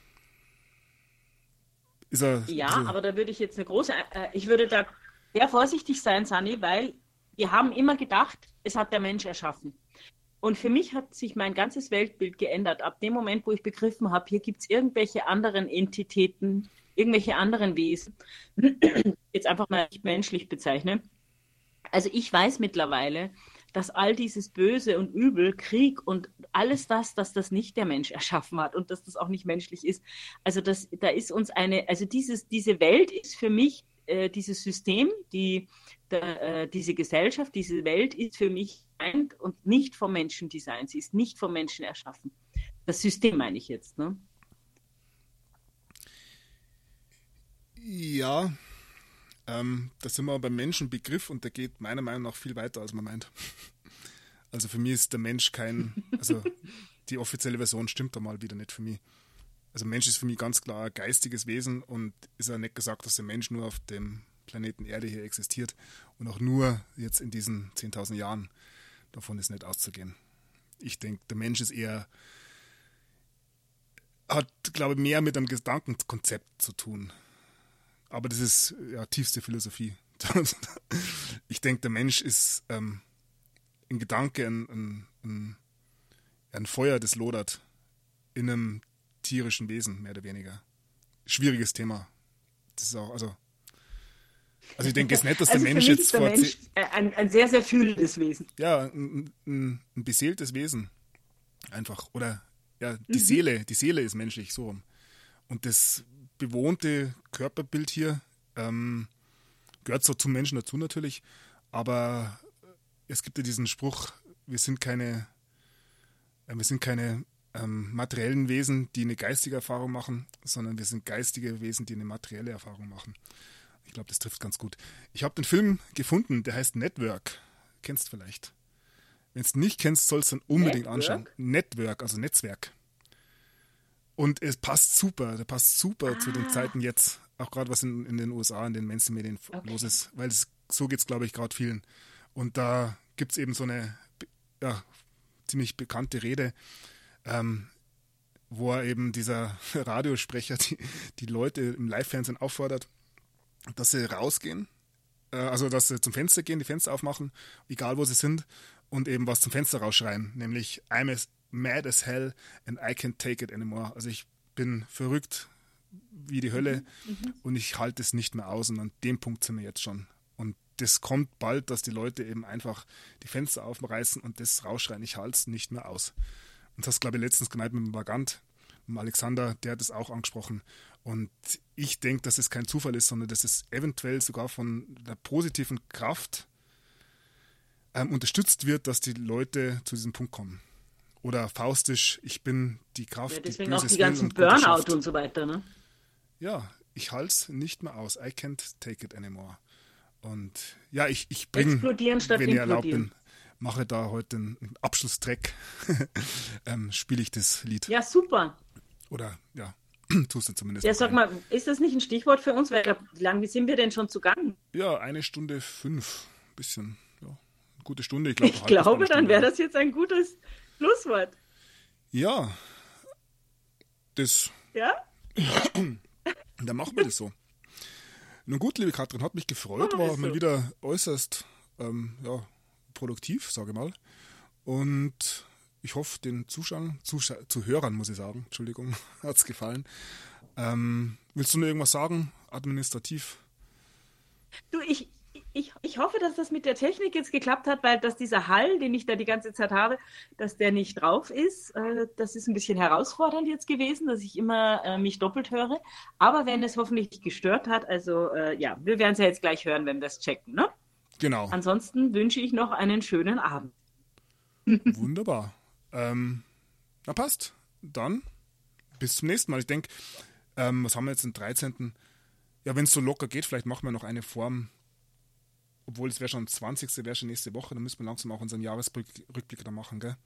Ja, aber da würde ich jetzt ich würde da sehr vorsichtig sein, Sani, weil wir haben immer gedacht, es hat der Mensch erschaffen. Und für mich hat sich mein ganzes Weltbild geändert. Ab dem Moment, wo ich begriffen habe, hier gibt es irgendwelche anderen Entitäten, irgendwelche anderen Wesen, jetzt einfach mal nicht menschlich bezeichne. Also ich weiß mittlerweile, dass all dieses Böse und Übel, Krieg und alles das, dass das nicht der Mensch erschaffen hat und dass das auch nicht menschlich ist. Also da ist uns diese Welt ist für mich, dieses System, diese Gesellschaft, diese Welt ist für mich und nicht vom Menschen designt. Sie ist nicht vom Menschen erschaffen. Das System meine ich jetzt, ne? Ja, da sind wir beim Menschenbegriff und der geht meiner Meinung nach viel weiter, als man meint. Also für mich ist der Mensch also die offizielle Version stimmt da mal wieder nicht für mich. Also Mensch ist für mich ganz klar ein geistiges Wesen und ist ja nicht gesagt, dass der Mensch nur auf dem Planeten Erde hier existiert und auch nur jetzt in diesen 10.000 Jahren. Davon ist nicht auszugehen. Ich denke, der Mensch hat, glaube ich, mehr mit einem Gedankenkonzept zu tun. Aber das ist ja tiefste Philosophie. Ich denke, der Mensch ist ein Gedanke, ein Feuer, das lodert in einem tierischen Wesen, mehr oder weniger. Schwieriges Thema. Das ist auch, also ich denke jetzt nicht, dass der Mensch jetzt vor... Mensch ein sehr, sehr fühlendes Wesen. Ja, ein beseeltes Wesen. Einfach. Oder ja, die Seele ist menschlich, so rum. Und das bewohnte Körperbild hier gehört so zum Menschen dazu natürlich, aber es gibt ja diesen Spruch, wir sind keine materiellen Wesen, die eine geistige Erfahrung machen, sondern wir sind geistige Wesen, die eine materielle Erfahrung machen. Ich glaube, das trifft ganz gut. Ich habe den Film gefunden, der heißt Network. Kennst du vielleicht? Wenn du es nicht kennst, sollst du dann unbedingt anschauen. Network, also Netzwerk. Und es passt super, der passt super zu den Zeiten jetzt. auch gerade was in den USA, in den Mainstream-Medien los ist, weil so geht es, glaube ich, gerade vielen. Und da gibt es eben so eine ziemlich bekannte Rede, wo er eben dieser Radiosprecher die Leute im Live-Fernsehen auffordert, dass sie rausgehen, also dass sie zum Fenster gehen, die Fenster aufmachen, egal wo sie sind, und eben was zum Fenster rausschreien, nämlich I'm as mad as hell and I can't take it anymore. Also ich bin verrückt wie die Hölle und ich halte es nicht mehr aus, und an dem Punkt sind wir jetzt schon. Und das kommt bald, dass die Leute eben einfach die Fenster aufreißen und das rausschreien, ich halte es nicht mehr aus. Und das, glaube ich, letztens gemeint mit dem Vagant, mit dem Alexander, der hat es auch angesprochen. Und ich denke, dass es kein Zufall ist, sondern dass es eventuell sogar von der positiven Kraft unterstützt wird, dass die Leute zu diesem Punkt kommen. Oder faustisch, ich bin die Kraft, ja, deswegen die auch Böses die ganzen will und Gutes Burnout schafft. und so weiter, ne? Ja, ich halte es nicht mehr aus. I can't take it anymore. Und ja, ich bringe, Explodieren statt wenn ihr erlaubt implodieren. bin, mache da heute einen Abschlusstrack, spiele ich das Lied. Ja, super. Oder ja, tust du zumindest. Ja, noch sag ein. mal, ist das nicht ein Stichwort für uns? Weil, wie sind wir denn schon zugange? Ja, 1:05. Bisschen, ja, eine gute Stunde. Ich glaube, Ich glaube, dann wäre das jetzt ein gutes Schlusswort. Ja, das, Ja? dann machen wir das so. Nun gut, liebe Katrin, hat mich gefreut, Machen wir war es mal so. wieder äußerst produktiv, sage ich mal. Und ich hoffe, den Zuhörern, muss ich sagen, Entschuldigung, hat es gefallen. Willst du noch irgendwas sagen, administrativ? Du, ich hoffe, dass das mit der Technik jetzt geklappt hat, weil dass dieser Hall, den ich da die ganze Zeit habe, dass der nicht drauf ist. Das ist ein bisschen herausfordernd jetzt gewesen, dass ich immer mich doppelt höre. Aber wenn es hoffentlich nicht gestört hat, also ja, wir werden es ja jetzt gleich hören, wenn wir es checken, ne? Genau, Ansonsten wünsche ich noch einen schönen Abend. wunderbar. Na passt, dann bis zum nächsten Mal. Ich denke, was haben wir jetzt, den 13.? Ja, wenn es so locker geht, vielleicht machen wir noch eine Form, obwohl es wäre schon 20. wäre schon nächste Woche, dann müssen wir langsam auch unseren Jahresrückblick da machen, gell?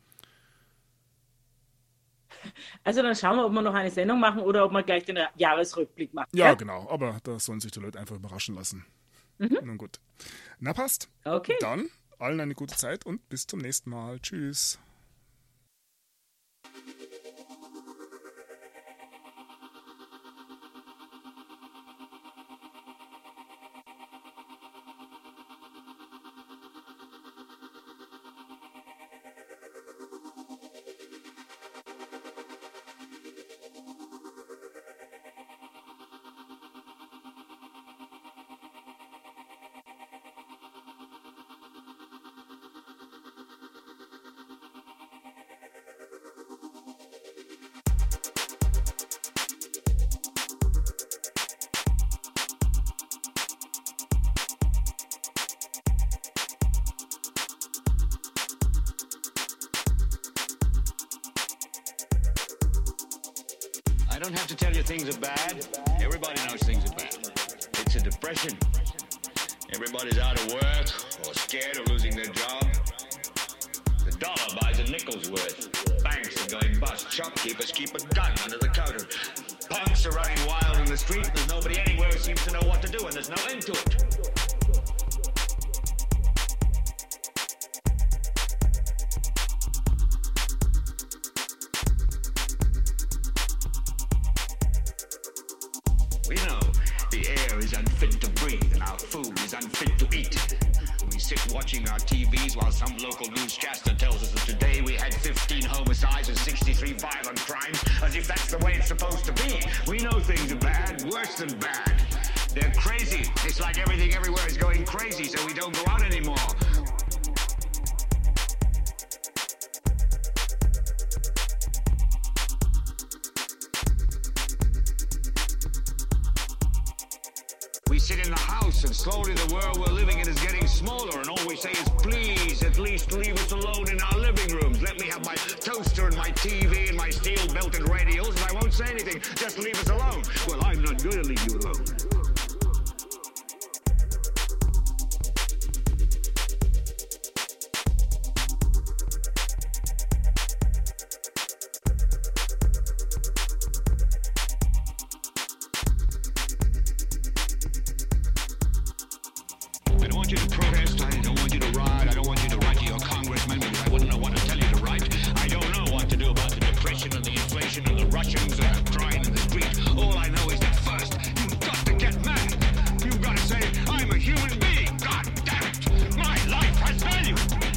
Also dann schauen wir, ob wir noch eine Sendung machen oder ob wir gleich den Jahresrückblick machen. Ja, genau, aber da sollen sich die Leute einfach überraschen lassen. Nun gut. Na passt. Okay. Dann allen eine gute Zeit und bis zum nächsten Mal. Tschüss. I don't have to tell you things are bad. Everybody knows things are bad. It's a depression. Everybody's out of work or scared of losing their job. The dollar buys a nickel's worth. Banks are going bust. Shopkeepers keep a gun under the counter. Punks are running wild in the street. There's nobody anywhere who seems to know what to do, and there's no end to it. We know the air is unfit to breathe and our food is unfit to eat. We sit watching our TVs while some local newscaster tells us that today we had 15 homicides and 63 violent crimes, as if that's the way it's supposed to be. We know things are bad, worse than bad. They're crazy. It's like everything everywhere is going crazy, so we don't go out anymore. We sit in the house and slowly the world we're living in is getting smaller, and all we say is, please, at least leave us alone in our living rooms. Let me have my toaster and my TV and my steel-belted radios, and I won't say anything. Just leave us alone. Well, I'm not going to leave you alone. want you to protest. I don't want you to riot. I don't want you to write to your congressman because I wouldn't know what to tell you to write. I don't know what to do about the depression and the inflation and the Russians and the crying in the street. All I know is that first, you've got to get mad. You've got to say, I'm a human being. God damn it. My life has value.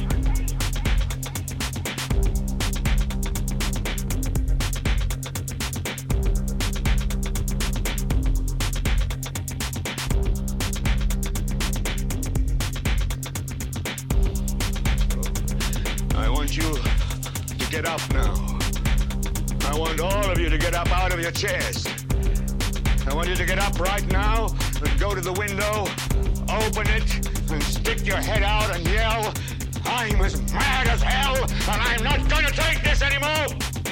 I want you to get up now. I want all of you to get up out of your chairs. I want you to get up right now and go to the window, open it, and stick your head out and yell, I'm as mad as hell, and I'm not going to take this anymore!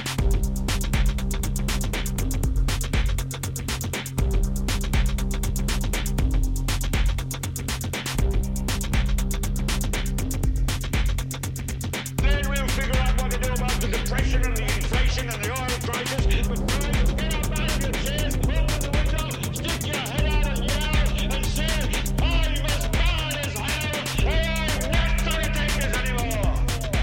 Then we'll figure out what to do about the depression and the inflation and the oil crisis. But guys, get up out of your chairs, open the window, stick your head out and yell, and say, I'm as mad as hell, and I'm not going to take this anymore!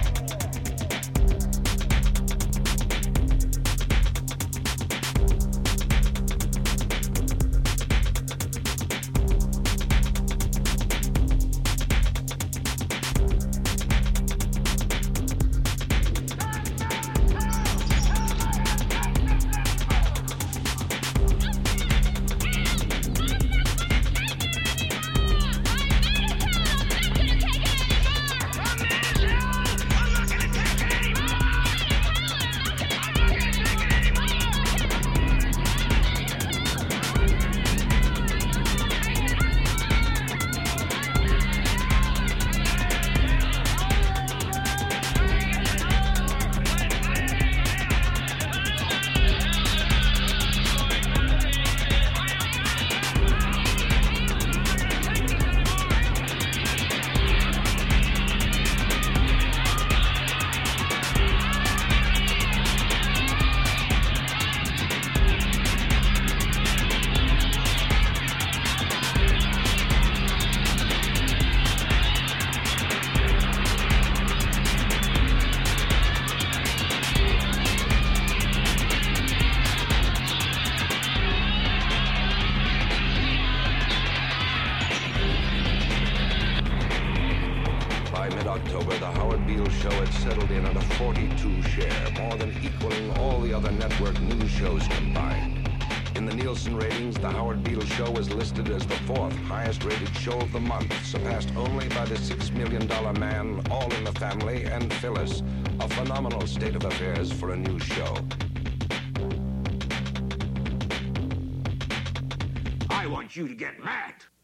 By mid-October, the Howard Beale Show had settled in at a 42 share, more than equaling all the other network news shows combined. In the Nielsen ratings, the Howard Beale Show was listed as the 4th highest-rated show of the month, surpassed only by the $6 Million Man, All in the Family, and Phyllis, a phenomenal state of affairs for a news show. I want you to get mad.